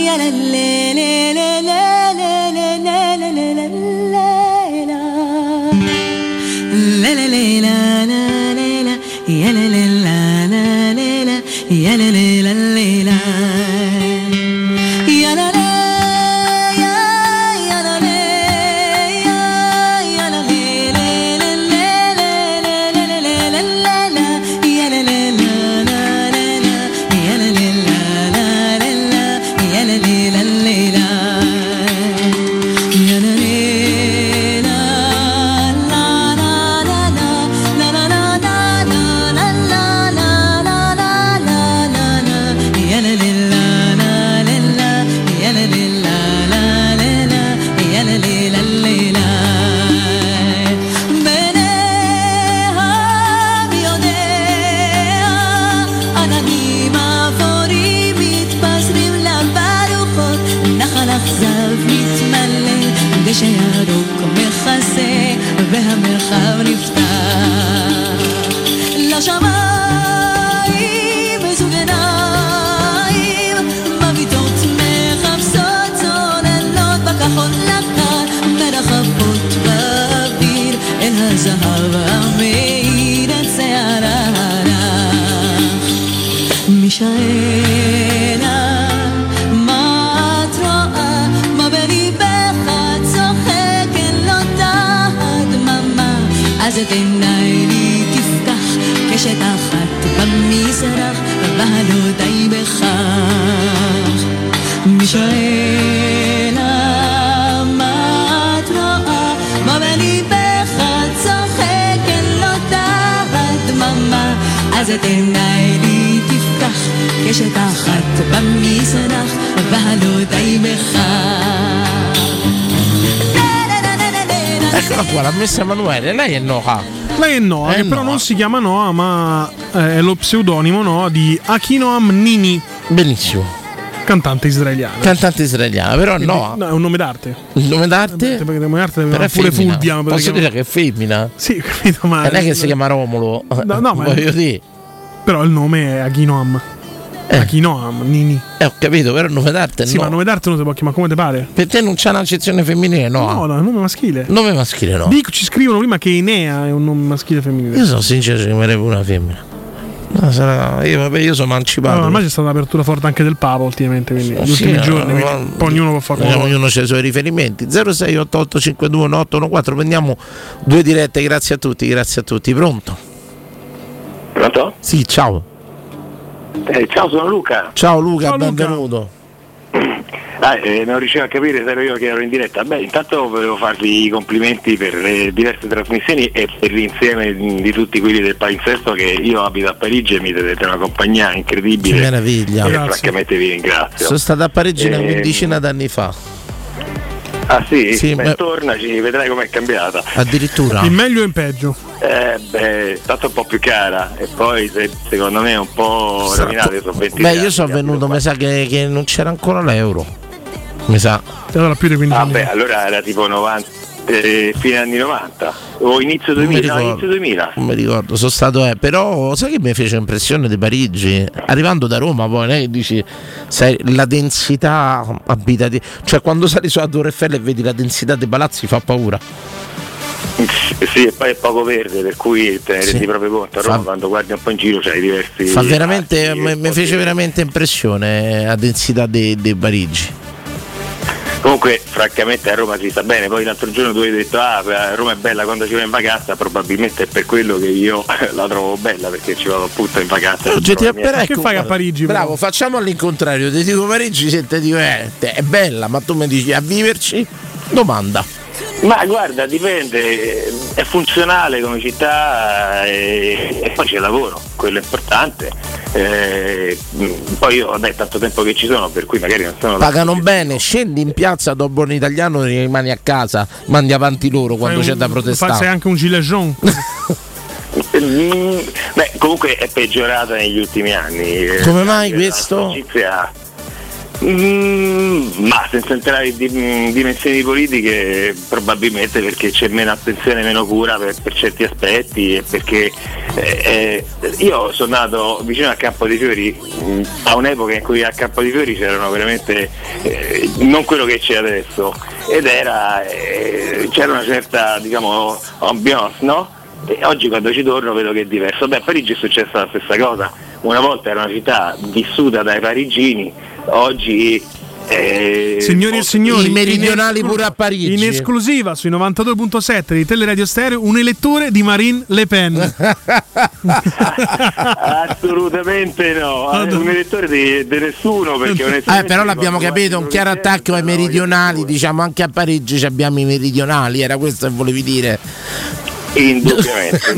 Eccola qua, l'ha messa Emanuele, lei è Noah. Lei è Noah, che però non si chiama Noah, ma è lo pseudonimo di Achinoam Nini. Benissimo. Cantante israeliana. Però Noah. No, è un nome d'arte. Il nome d'arte? Perché il nome d'arte però è pure femmina. Fulvia. Posso dire che è femmina? Sì, capito, ma non è che si chiama Romolo. No, ma voglio dire. Però il nome è Achinoam. Achinoam Nini. Ho capito, però il nome d'arte sì, ma il nome d'arte non si può chiamare, come te pare? Per te non c'è un'accezione femminile, no? No, è un nome maschile. Nome maschile, no. Ci scrivono prima che Enea è un nome maschile e femminile. Io sono sincero, ci chiamerebbe una femmina. No, io sono emancipato. No, ormai c'è stata un'apertura forte anche del Papa ultimamente, quindi gli ultimi giorni, poi ognuno può fare ognuno c'ha i suoi riferimenti. 0688521814, prendiamo 2 dirette, grazie a tutti. Pronto? Sì, ciao. Ciao, sono Luca. Ciao Luca, benvenuto. Non riuscivo a capire se ero io che ero in diretta. Beh, intanto volevo farvi i complimenti per le diverse trasmissioni e per l'insieme di tutti quelli del palinsesto, che io abito a Parigi e mi date una compagnia incredibile. Che meraviglia. E francamente vi ringrazio. Sono stato a Parigi una quindicina d'anni fa. Ah sì? Sì, tornaci, vedrai com'è cambiata. Addirittura. In meglio e in peggio. Tanto un po' più cara e poi secondo me è un po' rovinata. Io sono venuto, mi sa che non c'era ancora l'euro. Mi sa. Allora più di 15 anni. Allora era tipo 90, fine anni 90 o inizio 2000. Inizio 2000. Non mi ricordo, sono stato però sai che mi fece impressione di Parigi? Arrivando da Roma poi, lei dici, sai, la densità abitativa, cioè quando sali sulla Torre Eiffel e vedi la densità dei palazzi fa paura. Sì, e poi è poco verde, per cui te ne rendi proprio conto. A Roma quando guardi un po' in giro c'hai diversi. Fa veramente, mi fece veramente impressione la densità di Parigi. Comunque francamente a Roma si sta bene. Poi l'altro giorno tu hai detto Roma è bella quando ci vai in vacanza, probabilmente è per quello che io la trovo bella, perché ci vado appunto in vacanza. Che fai a Parigi? Bravo, facciamo all'incontrario, ti dico Parigi, se ti dico è bella, ma tu mi dici a viverci? Domanda. Ma guarda, dipende, è funzionale come città e poi c'è lavoro, quello è importante. Poi io tanto tempo che ci sono, per cui magari non sono. Pagano bene, scendi in piazza dopo un italiano, rimani a casa, mandi avanti loro quando c'è da protestare. Sei anche un gilet jaune. Beh, comunque è peggiorata negli ultimi anni. Come mai questo? Ma senza entrare in dimensioni politiche, probabilmente perché c'è meno attenzione, meno cura per certi aspetti, e perché io sono nato vicino al Campo dei Fiori a un'epoca in cui a Campo dei Fiori c'erano veramente non quello che c'è adesso, ed c'era una certa, diciamo, ambiance, no? E oggi quando ci torno vedo che è diverso. Beh, a Parigi è successa la stessa cosa, una volta era una città vissuta dai parigini, oggi signori e signori, i meridionali pure a Parigi. In esclusiva sui 92.7 di Teleradio Stereo, un elettore di Marine Le Pen. Assolutamente no, un elettore di nessuno, perché però l'abbiamo capito, un chiaro attacco ai meridionali, diciamo anche a Parigi abbiamo i meridionali, era questo che volevi dire? Indubbiamente.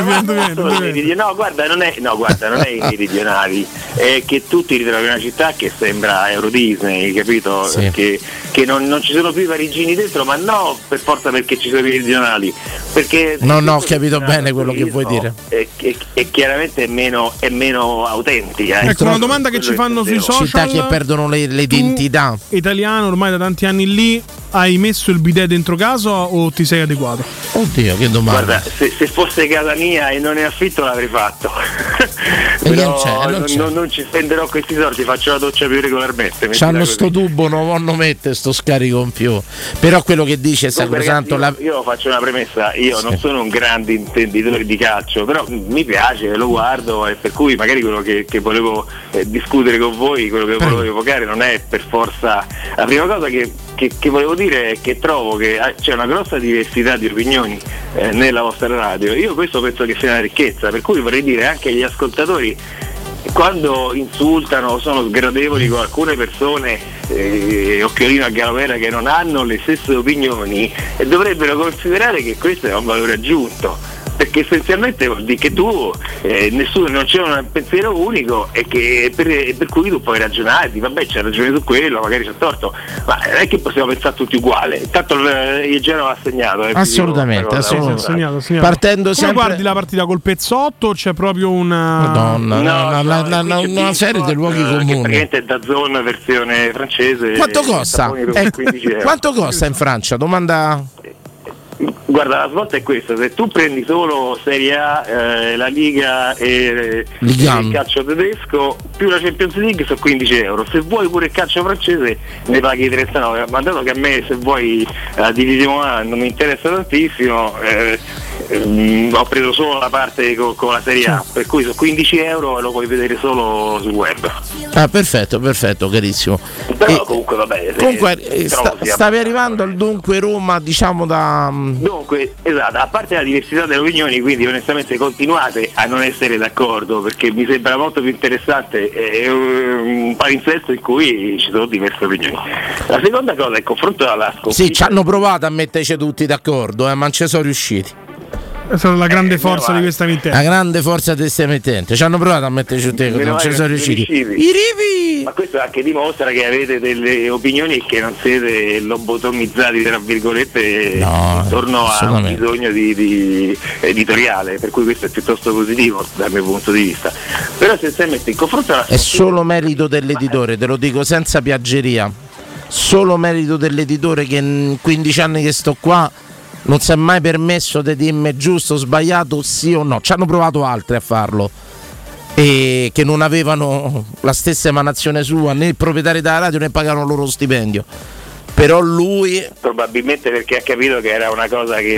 No, guarda, non è i meridionali, è che tu ti ritrovi in una città che sembra Euro Disney, capito? Sì. Che non ci sono più i parigini dentro, ma no per forza perché ci sono i meridionali, perché ho capito bene quello che vuoi dire. È chiaramente è meno autentica. Ecco, una domanda che ci fanno sui social: città che perdono l'identità. Italiano ormai da tanti anni lì, hai messo il bidet dentro casa o ti sei adeguato? Oddio, che domanda. Guarda, se fosse casa mia e non ne affitto l'avrei fatto. Però non ci spenderò questi soldi, faccio la doccia più regolarmente. C'hanno sto tubo, non vanno mettere sto scarico in più. Però quello che dice è sacrosanto. Io faccio una premessa, io non sono un grande intenditore di calcio, però mi piace, lo guardo, e per cui magari quello che volevo discutere con voi, quello che volevo evocare non è per forza. La prima cosa che volevo dire è che trovo che c'è una grossa diversità di opinioni nella vostra radio. Io questo penso che sia una ricchezza, per cui vorrei dire anche agli ascoltatori, quando insultano o sono sgradevoli con alcune persone, occhiolino a Galovera, che non hanno le stesse opinioni, dovrebbero considerare che questo è un valore aggiunto, perché essenzialmente vuol dire che tu non c'è un pensiero unico, e che per cui tu puoi ragionare, vabbè, c'è ragione su quello, magari c'è torto, ma non è che possiamo pensare tutti uguali. Intanto il Genova ha segnato, assolutamente. Segnato. Partendo come sempre... guardi la partita col pezzotto o c'è proprio una una serie di luoghi comuni? Praticamente è DAZN versione francese. Quanto costa? Quanto costa in Francia? Domanda. Guarda, la svolta è questa: se tu prendi solo Serie A, la Liga e il calcio tedesco più la Champions League sono 15 euro. Se vuoi pure il calcio francese ne paghi 39, ma dato che a me, se vuoi, la Division 1 non mi interessa tantissimo, ho preso solo la parte con la Serie A, per cui su 15 euro lo puoi vedere solo sul web. Perfetto, carissimo. Però comunque vabbè. Stavi arrivando al dunque Roma, diciamo da... Dunque, esatto, a parte la diversità delle opinioni, quindi onestamente continuate a non essere d'accordo, perché mi sembra molto più interessante un palinsesto in cui ci sono diverse opinioni. La seconda cosa è il confronto alla sconfitta. Sì, ci hanno provato a metterci tutti d'accordo, ma non ci sono riusciti. È stata la grande forza di questa emittente. La grande forza di questa emittente. Ci hanno provato a metterci tutti, non ci sono riusciti. I rivi! Ma questo anche dimostra che avete delle opinioni e che non siete lobotomizzati, tra virgolette, intorno a un bisogno di editoriale, per cui questo è piuttosto positivo dal mio punto di vista. Però essenzialmente il confronto è solo merito dell'editore, te lo dico senza piaggeria. Solo merito dell'editore, che in 15 anni che sto qua non si è mai permesso di dirmi giusto o sbagliato, sì o no. Ci hanno provato altri a farlo, e che non avevano la stessa emanazione sua, né il proprietario della radio, né pagavano loro stipendio. Però lui, probabilmente perché ha capito che era una cosa che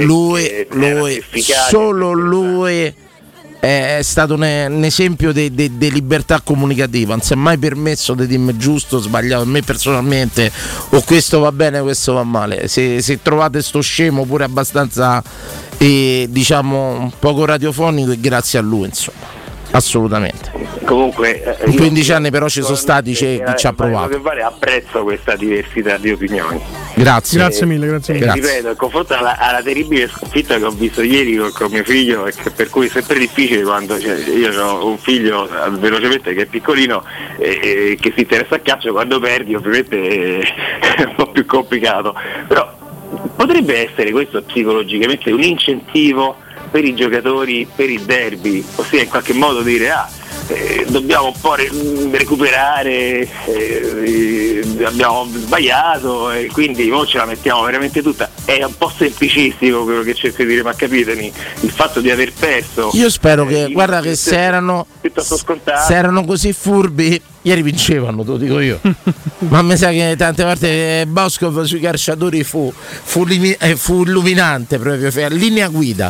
solo lui è stato un esempio di libertà comunicativa. Non si è mai permesso di dirmi giusto o sbagliato. A me personalmente, o questo va bene, questo va male. Se trovate sto scemo pure abbastanza diciamo poco radiofonico, è grazie a lui, insomma. Assolutamente. Comunque in 15 anni però ci sono stati chi ci ha provato. Apprezzo questa diversità di opinioni. Grazie mille. Ripeto, il confronto alla terribile sconfitta che ho visto ieri con mio figlio, per cui è sempre difficile quando io ho un figlio velocemente che è piccolino e che si interessa a calcio, quando perdi ovviamente è un po' più complicato, però potrebbe essere questo psicologicamente un incentivo per i giocatori, per il derby, ossia in qualche modo dire dobbiamo un po' recuperare, abbiamo sbagliato e quindi ora ce la mettiamo veramente tutta. È un po' semplicistico quello che cerco di dire, ma capitemi, il fatto di aver perso. Io spero che, guarda, che se erano così furbi ieri vincevano, te lo dico io. Ma mi sa che tante volte Boscov sui calciatori fu illuminante proprio, linea guida.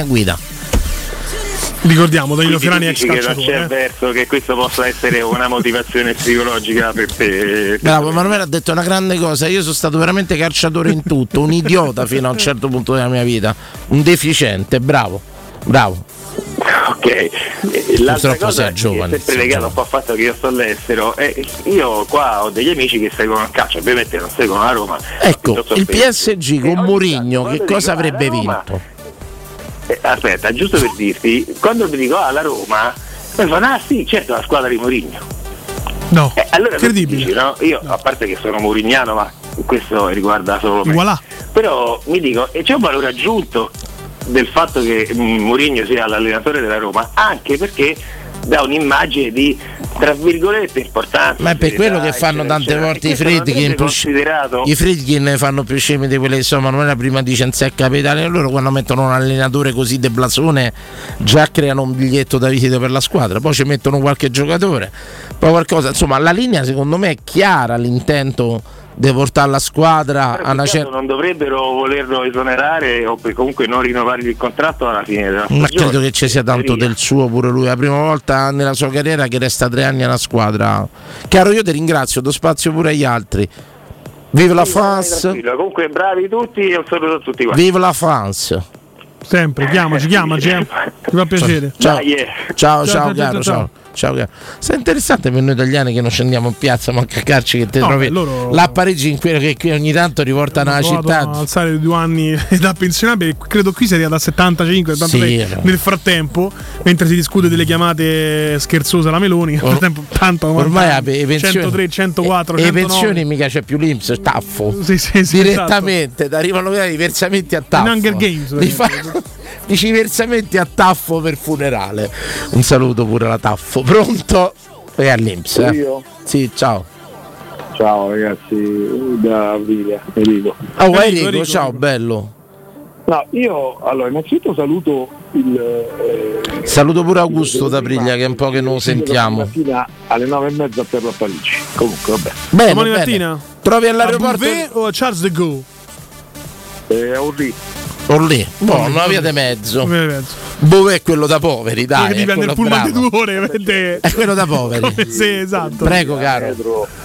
Ricordiamo Danilo Fiorani ex calciatore. Non c'è verso che questo possa essere una motivazione psicologica per te. Bravo, Manuele ha detto una grande cosa. Io sono stato veramente calciatore in tutto, un idiota fino a un certo punto della mia vita, un deficiente. Bravo. Ok, l'altra cosa è sempre legato un po' al fatto che io sto all'estero e io qua ho degli amici che seguono il calcio, ovviamente non seguono la Roma. Ecco, il PSG con Mourinho che cosa avrebbe vinto? Aspetta, giusto per dirti, quando mi dico la Roma, mi fanno sì, certo, la squadra di Mourinho. No, allora incredibile. Dici, no? Io, a parte che sono mourignano, ma questo riguarda solo me. Voilà. Però mi dico, e c'è un valore aggiunto del fatto che Mourinho sia l'allenatore della Roma, anche perché dà un'immagine di, tra virgolette, importanza. Ma è per quello che fanno tante volte i Friedkin. I Friedkin fanno più scemi di quelle che sono Manuela prima dice non si è capitale. Loro quando mettono un allenatore così de blasone già creano un biglietto da visita per la squadra, poi ci mettono qualche giocatore, poi qualcosa. Insomma, la linea secondo me è chiara, l'intento di portare la squadra a una certa. Non dovrebbero volerlo esonerare o comunque non rinnovargli il contratto alla fine della stagione. Ma credo che ci sia tanto del suo pure lui. La prima volta nella sua carriera che resta 3 anni alla squadra. Caro, io ti ringrazio, do spazio pure agli altri. Vive la France. Comunque bravi tutti e un saluto a tutti quanti. Vive la France. Sempre, chiamaci, mi fa piacere. Ciao, caro. Sei interessante per noi italiani che non scendiamo in piazza ma a caccarci che te trovi là a Parigi, in quello che qui ogni tanto riportano alla città. Alzare 2 anni da pensionabile, credo qui sia arrivata a 75, 76 nel frattempo, mentre si discute delle chiamate scherzose alla Meloni, nel frattempo tanto ormai le pensioni, 103, 104, e pensioni mica c'è più l'Inps, taffo. Sì, direttamente, esatto. Arrivano i versamenti a taffo. In Hunger Games. Dici versamenti a taffo per funerale. Un saluto pure alla Taffo. Pronto? E all'Inps. Io? Sì, ciao. Ciao ragazzi, da Aprilia, Enrico. Oh, Enrico, ciao, bello. No, io allora innanzitto saluto saluto pure Augusto da Aprilia, che è un po' che non lo sentiamo. Mattina alle 9:30 a Perlo a Parigi. Comunque vabbè. Domani mattina? Trovi all'aeroporto Bouvet o a Charles de Gaulle? Orlì, una via di mezzo. Bove è quello da poveri, dai. Che vive nel pullman di 2 ore, è quello da poveri. Sì, esatto. Prego, caro.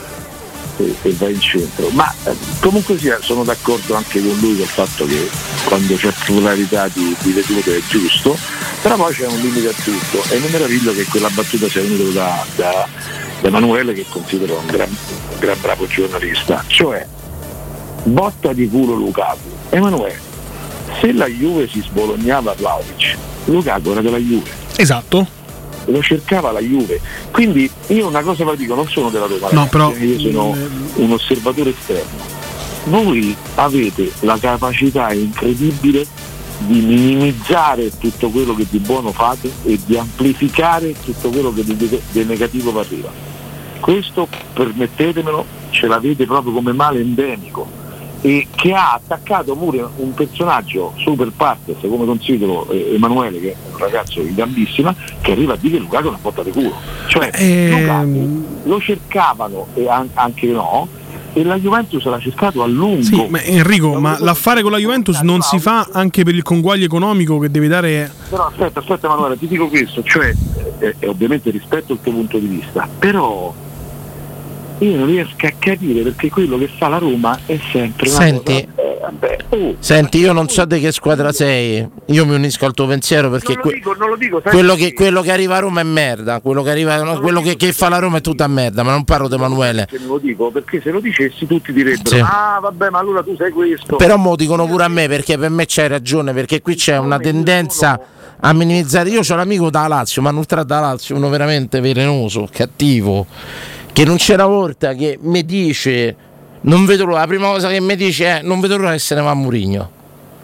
E va in centro. Ma comunque sia, sono d'accordo anche con lui col fatto che quando c'è pluralità di vedute è giusto, però poi c'è un limite a tutto e mi meraviglio che quella battuta sia venuta da Emanuele, che considero un gran bravo giornalista, cioè botta di culo Lukaku. Emanuele, se la Juve si sbolognava Vlahovic, Lukaku era della Juve. Esatto. Lo cercava la Juve. Quindi io una cosa ve la dico, non sono della Roma, no, però io sono un osservatore esterno. Voi avete la capacità incredibile di minimizzare tutto quello che di buono fate e di amplificare tutto quello che di negativo va arriva. Questo, permettetemelo, ce l'avete proprio come male endemico, e che ha attaccato pure un personaggio super partes, come considero Emanuele, che è un ragazzo di gambissima, che arriva a dire che Lukaku è una botta di culo. Cioè Lukaku lo cercavano e anche no, e la Juventus l'ha cercato a lungo. Sì, ma Enrico, ma l'affare con la Juventus non si fa anche per il conguaglio economico che deve dare. Però aspetta Emanuele, ti dico questo, cioè ovviamente rispetto il tuo punto di vista, però io non riesco a capire perché quello che fa la Roma è sempre Senti, io non so di che squadra sei, io mi unisco al tuo pensiero perché non lo dico, quello che arriva a Roma è merda, quello che fa la Roma è tutta merda, ma non parlo di Emanuele. Non lo dico perché se lo dicessi tutti direbbero sì. Ah vabbè, ma allora tu sei questo. Però mo dicono pure a me, perché per me c'hai ragione, perché qui c'è una tendenza a minimizzare. Io ho l'amico da Lazio, ma non tratta da Lazio, uno veramente velenoso, cattivo, che non c'era volta che mi dice non vedo l'ora, la prima cosa che mi dice è non vedo l'ora che se ne va a Mourinho.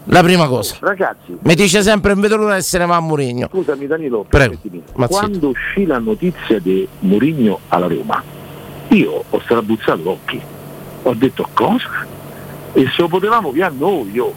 La prima cosa. Ragazzi, mi dice sempre in vedo l'ora che se ne va a Mourinho. Scusami Danilo, prego. Quando uscì la notizia di Mourinho alla Roma, io ho strabuzzato gli occhi. Ho detto cosa? E se lo potevamo via noi, io.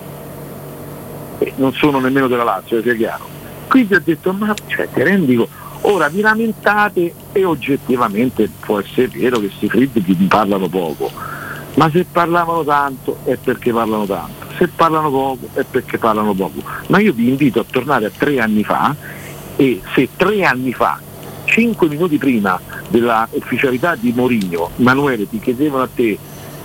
Non sono nemmeno della Lazio, sia chiaro. Quindi ho detto, ma cioè, ti rendi conto? Ora vi lamentate e oggettivamente può essere vero che questi freddi parlano poco, ma se parlavano tanto è perché parlano tanto, se parlano poco è perché parlano poco. Ma io vi invito a tornare a 3 anni fa, e se 3 anni fa, 5 minuti prima della ufficialità di Mourinho, Manuele, ti chiedevano a te,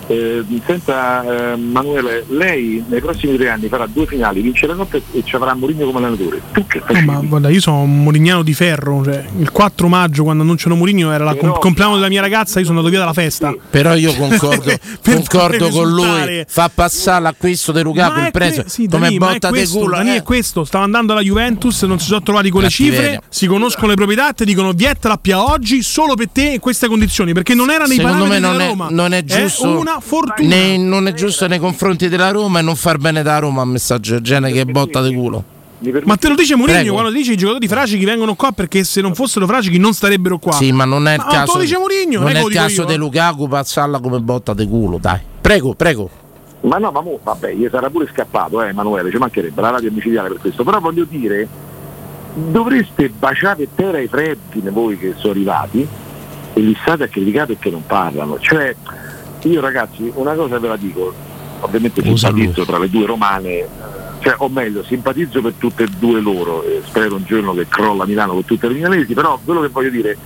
senta Manuele, lei nei prossimi 3 anni farà 2 finali, vince la Coppa e ci avrà Mourinho come allenatore. Tu che facevi? Ma guarda, io sono un morignano di ferro, cioè, il 4 maggio quando annunciano Mourinho era il compleanno della mia ragazza, io sono andato via dalla festa. Però io concordo con lui, fa passare l'acquisto di Lukaku il prezzo come botta di culo. È questo, stava andando alla Juventus, non si sono trovati con le cifre, si conoscono le proprietà, ti dicono viettela a oggi solo per te in queste condizioni, perché non era nei parametri della Roma. Non è giusto. È una fortuna. Non è giusto nei confronti della Roma e non far bene da Roma a messaggio del genere che botta di culo. Ma te lo dice Mourinho quando dice i giocatori fragichi vengono qua, perché se non fossero fragichi non starebbero qua. Sì, ma non è il caso. Lo dice Mourinho, non è il caso di Lukaku passarla come botta di culo, dai. Prego. Ma no, vabbè, gli sarà pure scappato, Emanuele, ci mancherebbe la radio micidiale per questo. Però voglio dire, dovreste baciare terra ai freddi voi che sono arrivati e li state a criticare perché non parlano. Cioè, io ragazzi, una cosa ve la dico, ovviamente simpatizzo tra le due romane, cioè, o meglio, simpatizzo per tutte e due loro, e spero un giorno che crolla Milano con tutte le milanesi, però quello che voglio dire,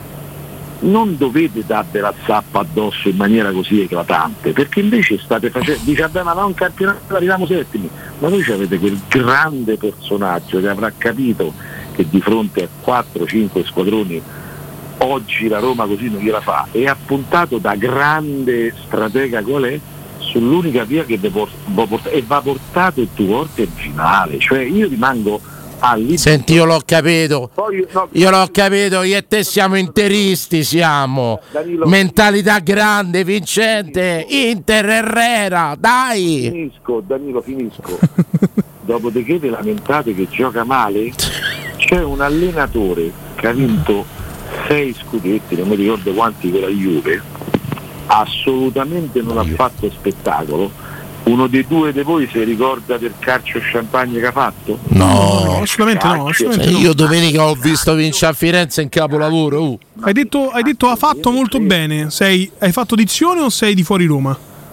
non dovete darvi la zappa addosso in maniera così eclatante, perché invece state facendo, dice vabbè ma non campionato, arriviamo settimi, ma voi avete quel grande personaggio che avrà capito che di fronte a 4-5 squadroni oggi la Roma così non gliela fa, e ha puntato da grande stratega qual è sull'unica via che e va portato il tuo forte in finale. Cioè io rimango Senti, io l'ho capito. Io l'ho capito, io e te siamo interisti, siamo. Danilo, mentalità grande, vincente, Inter Herrera, dai. Finisco. Dopodiché vi lamentate che gioca male? C'è un allenatore che ha vinto 6 scudetti, non mi ricordo quanti con la Juve, assolutamente non ha fatto spettacolo. Uno dei due di voi si ricorda del calcio champagne che ha fatto? No, assolutamente no. Io domenica ho visto vincere a Firenze in capolavoro. Hai detto ha fatto molto bene. Hai fatto dizione o sei di fuori Roma?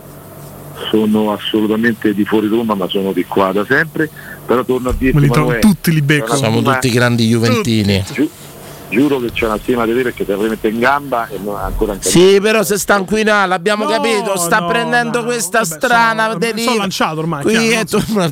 Sono assolutamente di fuori Roma, ma sono di qua da sempre. Però torno a dirti, tutti li becco. Siamo tutti grandi juventini. Giuro che c'è una stima di te perché ti avrei messo in gamba e non ancora in Sì, però se sta qui l'abbiamo capito, sta prendendo questa strana sono lanciato ormai. Qui è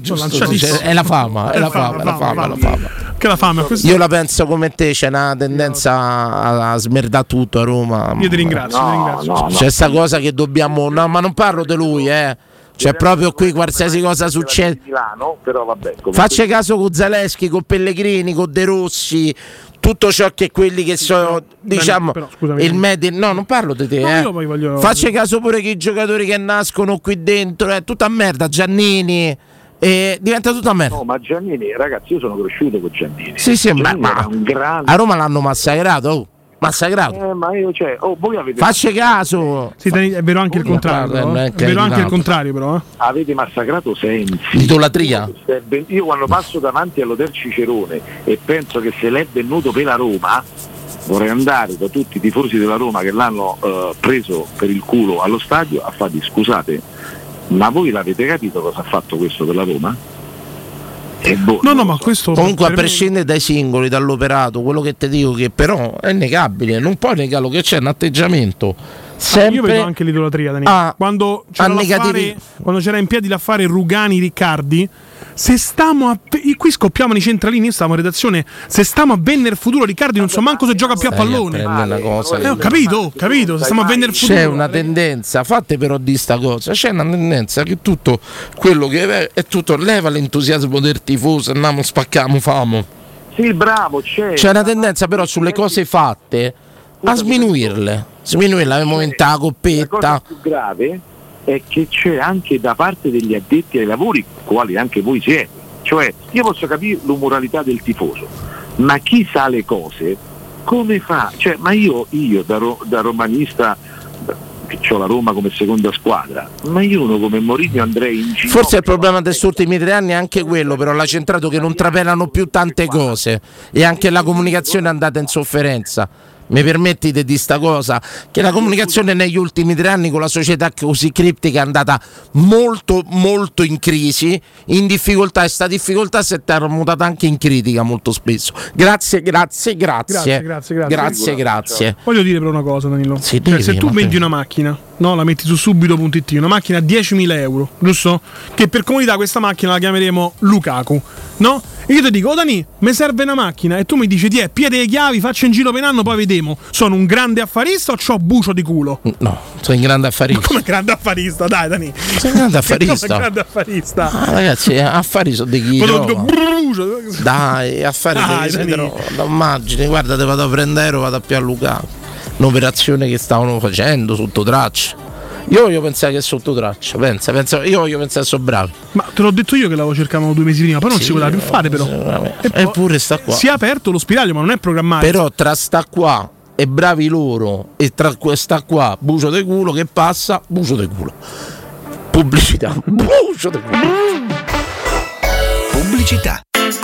la fama, è la fama. Che la fama, io la penso come te, c'è una tendenza a smerdare tutto a Roma. Io ti ringrazio. C'è sta cosa che dobbiamo, no, ma non parlo di lui, C'è proprio qui qualsiasi cosa succede. Milano, però vabbè, faccia caso con Zaleschi, con Pellegrini, con De Rossi, tutto ciò che quelli che sono, diciamo, il medio. No, non parlo di te, Faccia caso pure che i giocatori che nascono qui dentro, è tutta merda. Giannini, diventa tutta merda. No, ma Giannini, ragazzi, io sono cresciuto con Giannini. Sì, Giannini ma un grande... a Roma l'hanno massacrato. Ma io, voi avete faccia caso. Sì, è vero anche il contrario. È vero anche il contrario, però. Avete massacrato Sensi. Idolatria. Io quando passo davanti all'Hotel Cicerone e penso che se l'è venuto per la Roma, vorrei andare da tutti i tifosi della Roma che l'hanno preso per il culo allo stadio a fargli scusate, ma voi l'avete capito cosa ha fatto questo per la Roma? No, ma questo comunque a prescindere dai singoli, dall'operato, quello che ti dico che però è innegabile, non puoi negarlo che c'è un atteggiamento sempre. Io vedo anche l'idolatria, Danilo. Quando c'era in piedi l'affare Rugani Riccardi, se stiamo qui scoppiamo i centralini, io stavo in redazione, se stiamo a vendere il futuro Riccardi non so manco se gioca più a pallone. Ho capito, se stiamo a vendere il futuro. C'è una tendenza, fate però di sta cosa, c'è una tendenza che tutto quello che è tutto leva l'entusiasmo del tifoso, andiamo, spacchiamo, famo. Sì, bravo, c'è una tendenza però sulle cose fatte a sminuirle, abbiamo vinto la coppetta. La cosa più grave è che c'è anche da parte degli addetti ai lavori, quali anche voi siete. Cioè, io posso capire l'umoralità del tifoso, ma chi sa le cose come fa? Cioè, ma io da romanista, che ho la Roma come seconda squadra, ma io uno come Mourinho andrei in giro. Forse il problema di questi ultimi 3 anni è anche quello, però l'ha centrato che non trapelano più tante cose e anche la comunicazione è andata in sofferenza. Mi permetti di dire sta cosa? Che la comunicazione negli ultimi 3 anni con la società così criptica è andata molto molto in crisi, in difficoltà, e sta difficoltà si è tramutata anche in critica molto spesso. Grazie. Voglio dire però una cosa, Danilo. Sì, cioè, se tu vendi una macchina, no, la metti su subito.it, una macchina a 10.000 euro, giusto? Che per comodità questa macchina la chiameremo Lukaku, no? E io ti dico, Dani, mi serve una macchina, e tu mi dici, piede le chiavi, faccio in giro per anno, poi vediamo. Sono un grande affarista o c'ho bucio di culo? No, sono un grande affarista. Ma come grande affarista? Dai, Dani. Sei un grande affarista. Come grande affarista? Ragazzi, affari sono di chi Dai, affari da immagini. Guarda, te vado a prendere, vado a più Lukaku. Un'operazione che stavano facendo sotto traccia. Io pensavo che sotto traccia, io voglio pensare che sono bravi. Ma te l'ho detto io che l'avevo cercato 2 mesi prima, poi non si poteva più fare però. Eppure sta qua. Si è aperto lo spiraglio, ma non è programmato. Però tra sta qua e bravi loro e tra questa qua, bucio de culo che passa, bucio de culo. Pubblicità. Bucio de culo. Pubblicità.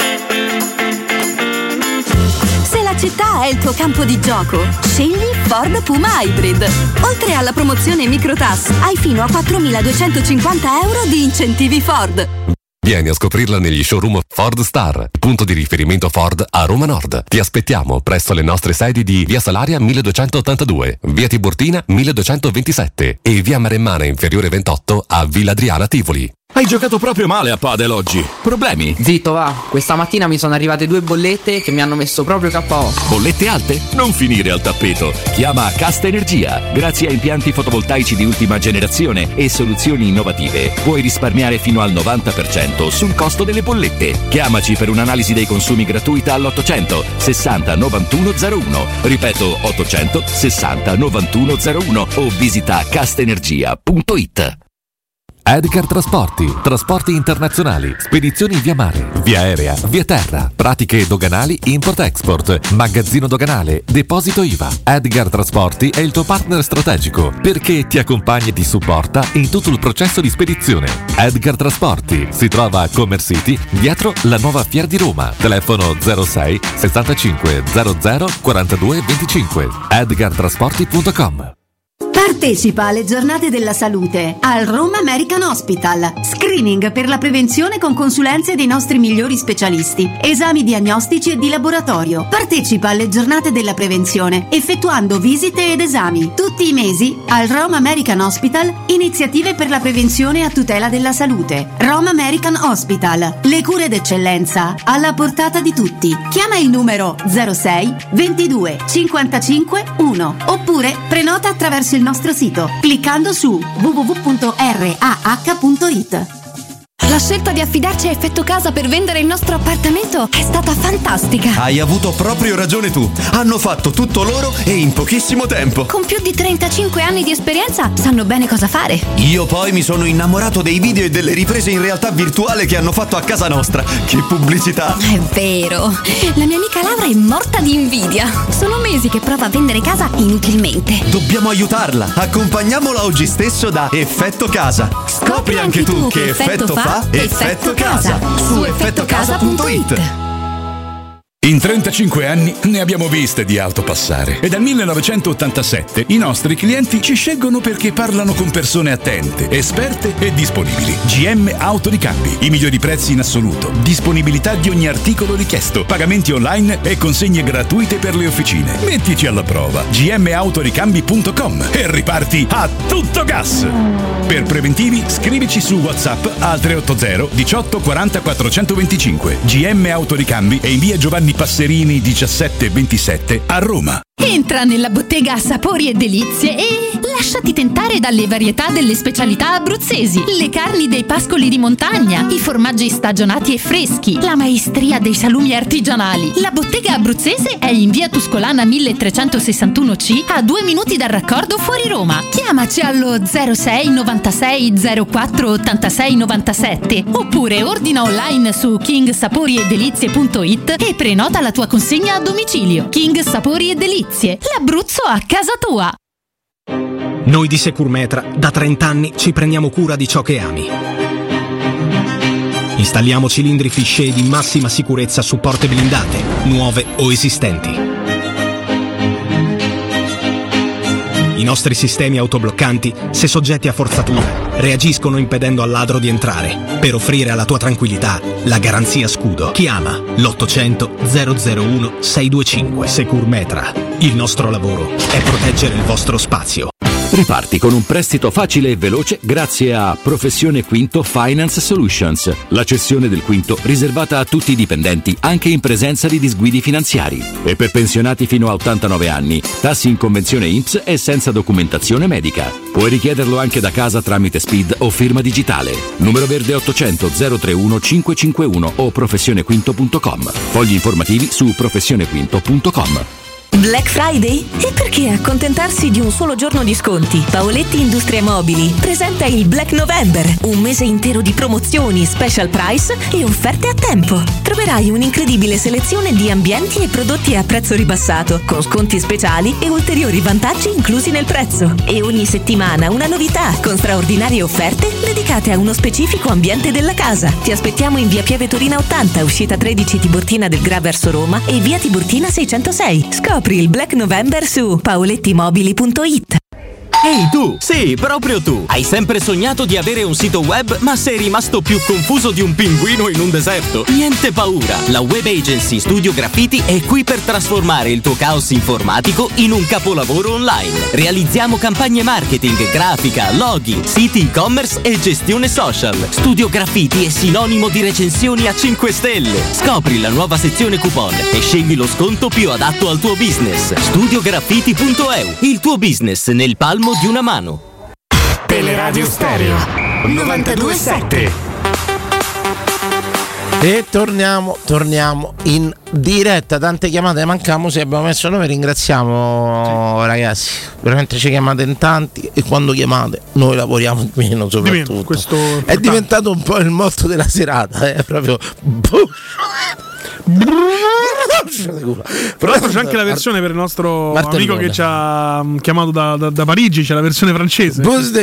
Se la città è il tuo campo di gioco, scegli Ford Puma Hybrid. Oltre alla promozione microtax, hai fino a 4.250 euro di incentivi Ford. Vieni a scoprirla negli showroom Ford Star, punto di riferimento Ford a Roma Nord. Ti aspettiamo presso le nostre sedi di Via Salaria 1282, Via Tiburtina 1227 e Via Maremmana Inferiore 28 a Villa Adriana Tivoli. Hai giocato proprio male a padel oggi. Problemi? Zitto, va. Questa mattina mi sono arrivate 2 bollette che mi hanno messo proprio KO. Bollette alte? Non finire al tappeto. Chiama Casta Energia. Grazie a impianti fotovoltaici di ultima generazione e soluzioni innovative, puoi risparmiare fino al 90% sul costo delle bollette. Chiamaci per un'analisi dei consumi gratuita all'800 60 91 01. Ripeto, 800 60 91 01 o visita castenergia.it. Edgar trasporti internazionali, spedizioni via mare, via aerea, via terra, pratiche doganali, import-export, magazzino doganale, deposito IVA. Edgar Trasporti è il tuo partner strategico perché ti accompagna e ti supporta in tutto il processo di spedizione. Edgar Trasporti si trova a Commerce City, dietro la nuova Fiera di Roma. Telefono 06 65 00 42 25. edgartrasporti.com. Partecipa alle giornate della salute al Roma American Hospital. Screening per la prevenzione con consulenze dei nostri migliori specialisti. Esami diagnostici e di laboratorio. Partecipa alle giornate della prevenzione effettuando visite ed esami. Tutti i mesi al Roma American Hospital iniziative per la prevenzione a tutela della salute. Roma American Hospital. Le cure d'eccellenza alla portata di tutti. Chiama il numero 06 22 55 1 oppure prenota attraverso il nostro sito cliccando su www.rah.it. La scelta di affidarci a Effetto Casa per vendere il nostro appartamento è stata fantastica. Hai avuto proprio ragione tu. Hanno fatto tutto loro e in pochissimo tempo. Con più di 35 anni di esperienza sanno bene cosa fare. Io poi mi sono innamorato dei video e delle riprese in realtà virtuale che hanno fatto a casa nostra. Che pubblicità! È vero. La mia amica Laura è morta di invidia. Sono mesi che prova a vendere casa inutilmente. Dobbiamo aiutarla. Accompagniamola oggi stesso da Effetto Casa. Scopri anche tu che effetto fa Effetto Casa su effettocasa.it. In 35 anni ne abbiamo viste di auto passare e dal 1987 i nostri clienti ci scelgono perché parlano con persone attente, esperte e disponibili. GM Autoricambi, i migliori prezzi in assoluto, disponibilità di ogni articolo richiesto, pagamenti online e consegne gratuite per le officine. Mettici alla prova gmautoricambi.com e riparti a tutto gas. Per preventivi scrivici su WhatsApp al 380 18 40 425. GM Autoricambi è in via Giovanni Passerini 1727 a Roma. Entra nella bottega Sapori e Delizie e lasciati tentare dalle varietà delle specialità abruzzesi, le carni dei pascoli di montagna, i formaggi stagionati e freschi, la maestria dei salumi artigianali. La bottega abruzzese è in via Tuscolana 1361C, a 2 minuti dal raccordo fuori Roma. Chiamaci allo 06 96 04 86 97 oppure ordina online su kingsaporiedelizie.it e prenota la tua consegna a domicilio. King Sapori e Delizie, l'Abruzzo a casa tua. Noi di Securmetra da 30 anni ci prendiamo cura di ciò che ami. Installiamo cilindri Fichet di massima sicurezza su porte blindate, nuove o esistenti. I nostri sistemi autobloccanti, se soggetti a forzatura, reagiscono impedendo al ladro di entrare, per offrire alla tua tranquillità la garanzia scudo. Chiama l'800 001 625. Securmetra. Il nostro lavoro è proteggere il vostro spazio. Riparti con un prestito facile e veloce grazie a Professione Quinto Finance Solutions, la cessione del quinto riservata a tutti i dipendenti anche in presenza di disguidi finanziari. E per pensionati fino a 89 anni, tassi in convenzione INPS e senza documentazione medica. Puoi richiederlo anche da casa tramite SPID o firma digitale. Numero verde 800 031 551 o professionequinto.com. Fogli informativi su professionequinto.com. Black Friday? E perché accontentarsi di un solo giorno di sconti? Paoletti Industrie Mobili presenta il Black November, un mese intero di promozioni, special price e offerte a tempo. Troverai un'incredibile selezione di ambienti e prodotti a prezzo ribassato, con sconti speciali e ulteriori vantaggi inclusi nel prezzo. E ogni settimana una novità, con straordinarie offerte dedicate a uno specifico ambiente della casa. Ti aspettiamo in via Pieve Torina 80, uscita 13 Tiburtina del Gra verso Roma e via Tiburtina 606. Scopri il Black November su paolettimobili.it. Ehi tu! Sì, proprio tu! Hai sempre sognato di avere un sito web, ma sei rimasto più confuso di un pinguino in un deserto? Niente paura! La web agency Studio Graffiti è qui per trasformare il tuo caos informatico in un capolavoro online. Realizziamo campagne marketing, grafica, loghi, siti e-commerce e gestione social. Studio Graffiti è sinonimo di recensioni a 5 stelle. Scopri la nuova sezione coupon e scegli lo sconto più adatto al tuo business. Studiograffiti.eu, il tuo business nel palmo di una mano. Teleradio Stereo 92.7. E torniamo in diretta. Tante chiamate mancamo, se abbiamo messo noi, ringraziamo ragazzi, veramente ci chiamate in tanti e quando chiamate noi lavoriamo meno, soprattutto questo è diventato un po' il motto della serata, è proprio però c'è anche la versione per il nostro amico che ci ha chiamato da Parigi, c'è la versione francese.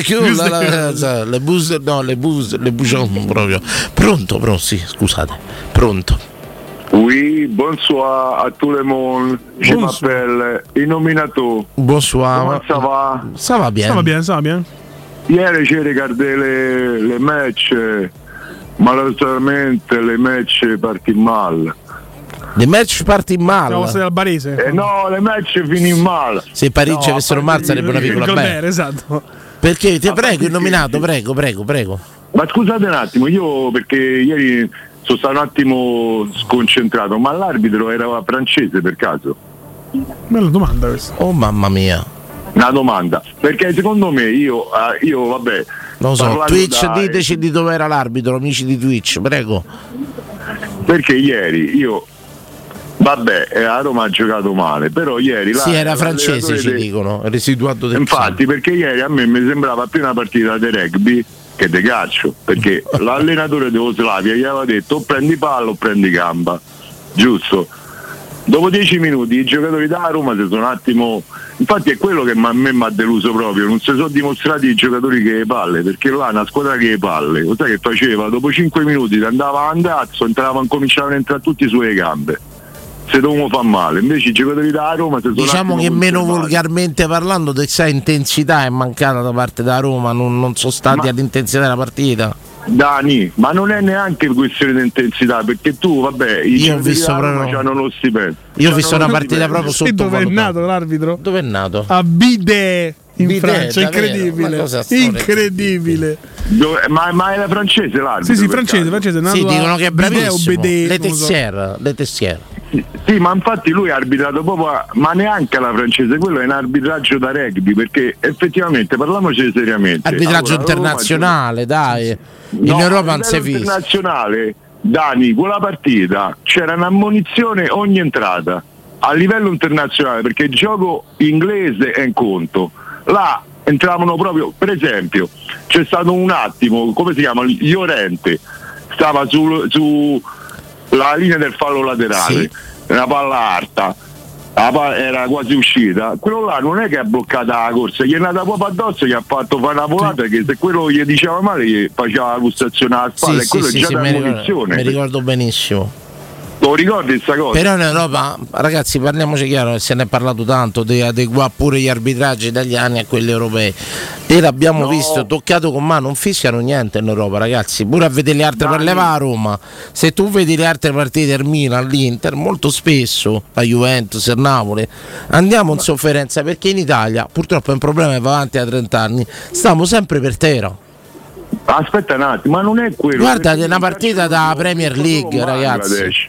Le bouchon proprio. Pronto, sì, scusate. Pronto. Oui, bonsoir à tout le monde. Je m'appelle Innominato. Bonsoir. Comment ça va? Ça va bien. Ieri j'ai regardé le match. Malauradamente le match partì male. Le match partì male. No, sei al Barese. No, le match finì male. Se Parigi avessero male sarebbe una piccola bella. Esatto. Perché ti prego, Innominato, prego. Ma scusate un attimo, io perché ieri sono stato un attimo sconcentrato, ma l'arbitro era francese per caso? Bella domanda questa. Oh mamma mia. Una domanda, perché secondo me io vabbè. Non so, Twitch, diteci di dove era l'arbitro, amici di Twitch, prego. Perché ieri vabbè, a Roma ha giocato male, però ieri sì, era francese, ci dicono, residuato del infatti cielo. Perché ieri a me mi sembrava più una partita di rugby che di calcio, perché l'allenatore dell'Oslavia gli aveva detto o prendi palla o prendi gamba, giusto? Dopo 10 minuti i giocatori da Roma si sono un attimo, infatti è quello che a me mi ha deluso proprio, non si sono dimostrati i giocatori che le palle, perché là è una squadra che le palle, lo sai che faceva? Dopo 5 minuti andava a andazzo, cominciavano a entrare tutti sulle gambe, se dovevamo fa male, invece i giocatori da Roma si sono, diciamo che meno volgarmente parlando, intensità è mancata da parte da Roma, non sono stati all'intensità della partita. Dani, ma non è neanche questione di intensità, perché tu, vabbè, io ho visto proprio hanno lo stipendio. Io ho visto una partita proprio sotto. Dove è nato l'arbitro? Dove è nato? A Bide in Bide, Francia, incredibile. Ma è la francese l'arbitro? Sì, francese. Sì, dicono che è bravissimo. Bide, Le Tessier. Sì, ma infatti lui ha arbitrato proprio, ma neanche alla francese, quello è un arbitraggio da rugby, perché effettivamente, parliamoci seriamente. Arbitraggio internazionale, dai. In Europa non si è visto. Internazionale, Dani, quella partita c'era un'ammonizione ogni entrata a livello internazionale, perché il gioco inglese è in conto. Là entravano proprio, per esempio, c'è stato un attimo, come si chiama? Llorente stava su la linea del fallo laterale, sì. Una palla alta, era quasi uscita, quello là non è che ha bloccato la corsa, gli è andata proprio addosso, gli ha fatto fare una volata, sì. Che se quello gli diceva male gli faceva la gustazione alla spalla, e quello è già da munizione. Mi ricordo benissimo. Lo ricordi questa cosa? Però in Europa, ragazzi, parliamoci chiaro, se ne è parlato tanto di adeguare pure gli arbitraggi italiani a quelli europei, e l'abbiamo visto toccato con mano, non fischiano niente in Europa, ragazzi, pure a vedere le altre partite a Roma, se tu vedi le altre partite del Milan, l'Inter, molto spesso la Juventus, il Napoli, andiamo in sofferenza, perché in Italia purtroppo è un problema che va avanti da 30 anni, stiamo sempre per terra. Aspetta un attimo, ma non è quello. Guarda, è una partita da Premier League, ragazzi.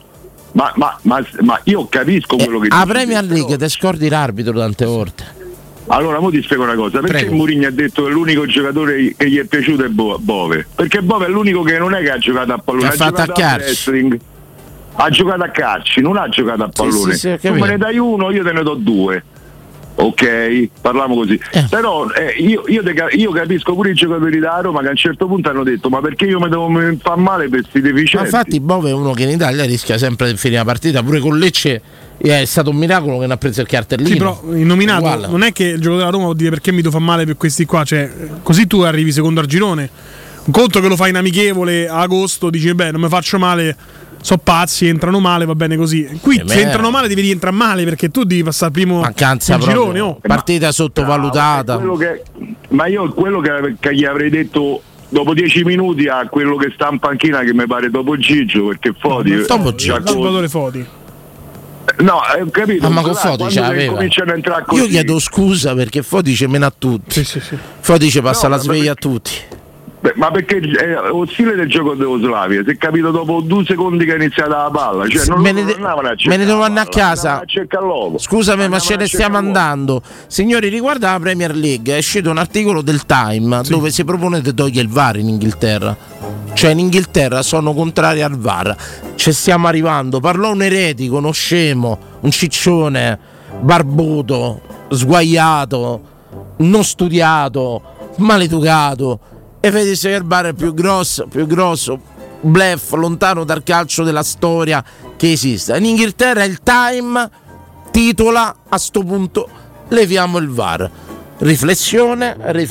Ma io capisco quello che dici. A Premier League ti scordi l'arbitro tante volte. Allora, mo ti spiego una cosa. Perché Mourinho ha detto che l'unico giocatore che gli è piaciuto è Bove? Perché Bove è l'unico che non è che ha giocato a pallone, ha giocato a wrestling, ha giocato a calci, non ha giocato a pallone. Tu me ne dai uno, io te ne do due. Ok, parliamo così. Però io capisco pure i giocatori da Roma che a un certo punto hanno detto: ma perché io mi devo far male per questi deficienti? Ma infatti Bove è uno che in Italia rischia sempre di finire la partita, pure con Lecce è stato un miracolo che non ha preso il cartellino. Sì, però il nominato non è che il giocatore da Roma vuol dire perché mi devo far male per questi qua, cioè così tu arrivi secondo al girone. Un conto che lo fai in amichevole a agosto, dici beh non mi faccio male, so pazzi, entrano male, va bene così. Qui se entrano male devi rientrare male, perché tu devi passare primo mancanza girone, partita sottovalutata. Ma io quello che gli avrei detto dopo 10 minuti a quello che sta in panchina, che mi pare dopo Gigio, perché Foti giocatore Foti. No, ho capito. Ma con Foti io chiedo scusa perché Foti ci mena a tutti. Sì. Foti ci passa la sveglia a tutti. Ma perché è lo stile del gioco dell'Jugoslavia, si è capito dopo 2 secondi che è iniziata la palla, cioè non me ne devo andare a casa. Scusami, ma ce ne stiamo andando. Signori, riguarda la Premier League, è uscito un articolo del Time dove si propone di togliere il VAR in Inghilterra. Cioè in Inghilterra sono contrari al VAR. Ci stiamo arrivando. Parlò un eretico, uno scemo, un ciccione, barbuto, sguaiato, non studiato, maleducato. E vedi se il VAR è più grosso, bluff, lontano dal calcio della storia che esista. In Inghilterra il Time titola a sto punto: leviamo il VAR. Riflessione.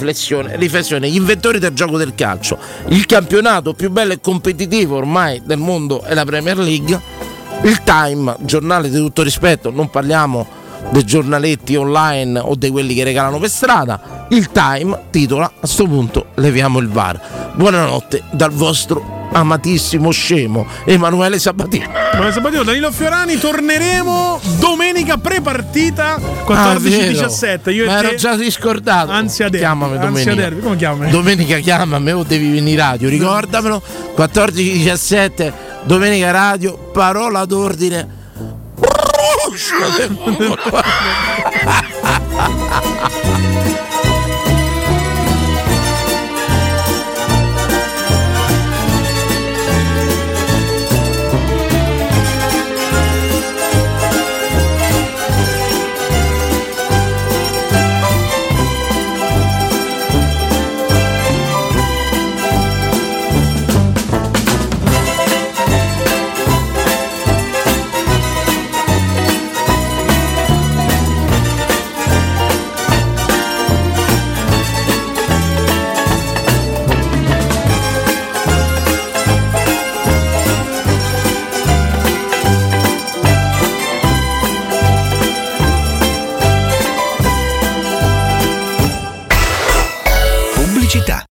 Gli inventori del gioco del calcio. Il campionato più bello e competitivo ormai del mondo è la Premier League. Il Time, giornale di tutto rispetto, non parliamo dei giornaletti online o di quelli che regalano per strada. Il Time titola a sto punto: leviamo il VAR. Buonanotte dal vostro amatissimo scemo Emanuele Sabatino. Danilo Fiorani, torneremo domenica pre-partita 14-17. Io ma ero già riscordato. Ansia derby. Chiamami domenica. Derby. Come chiamami? Domenica chiamami o devi venire in radio, ricordamelo. 14-17 domenica radio, parola d'ordine.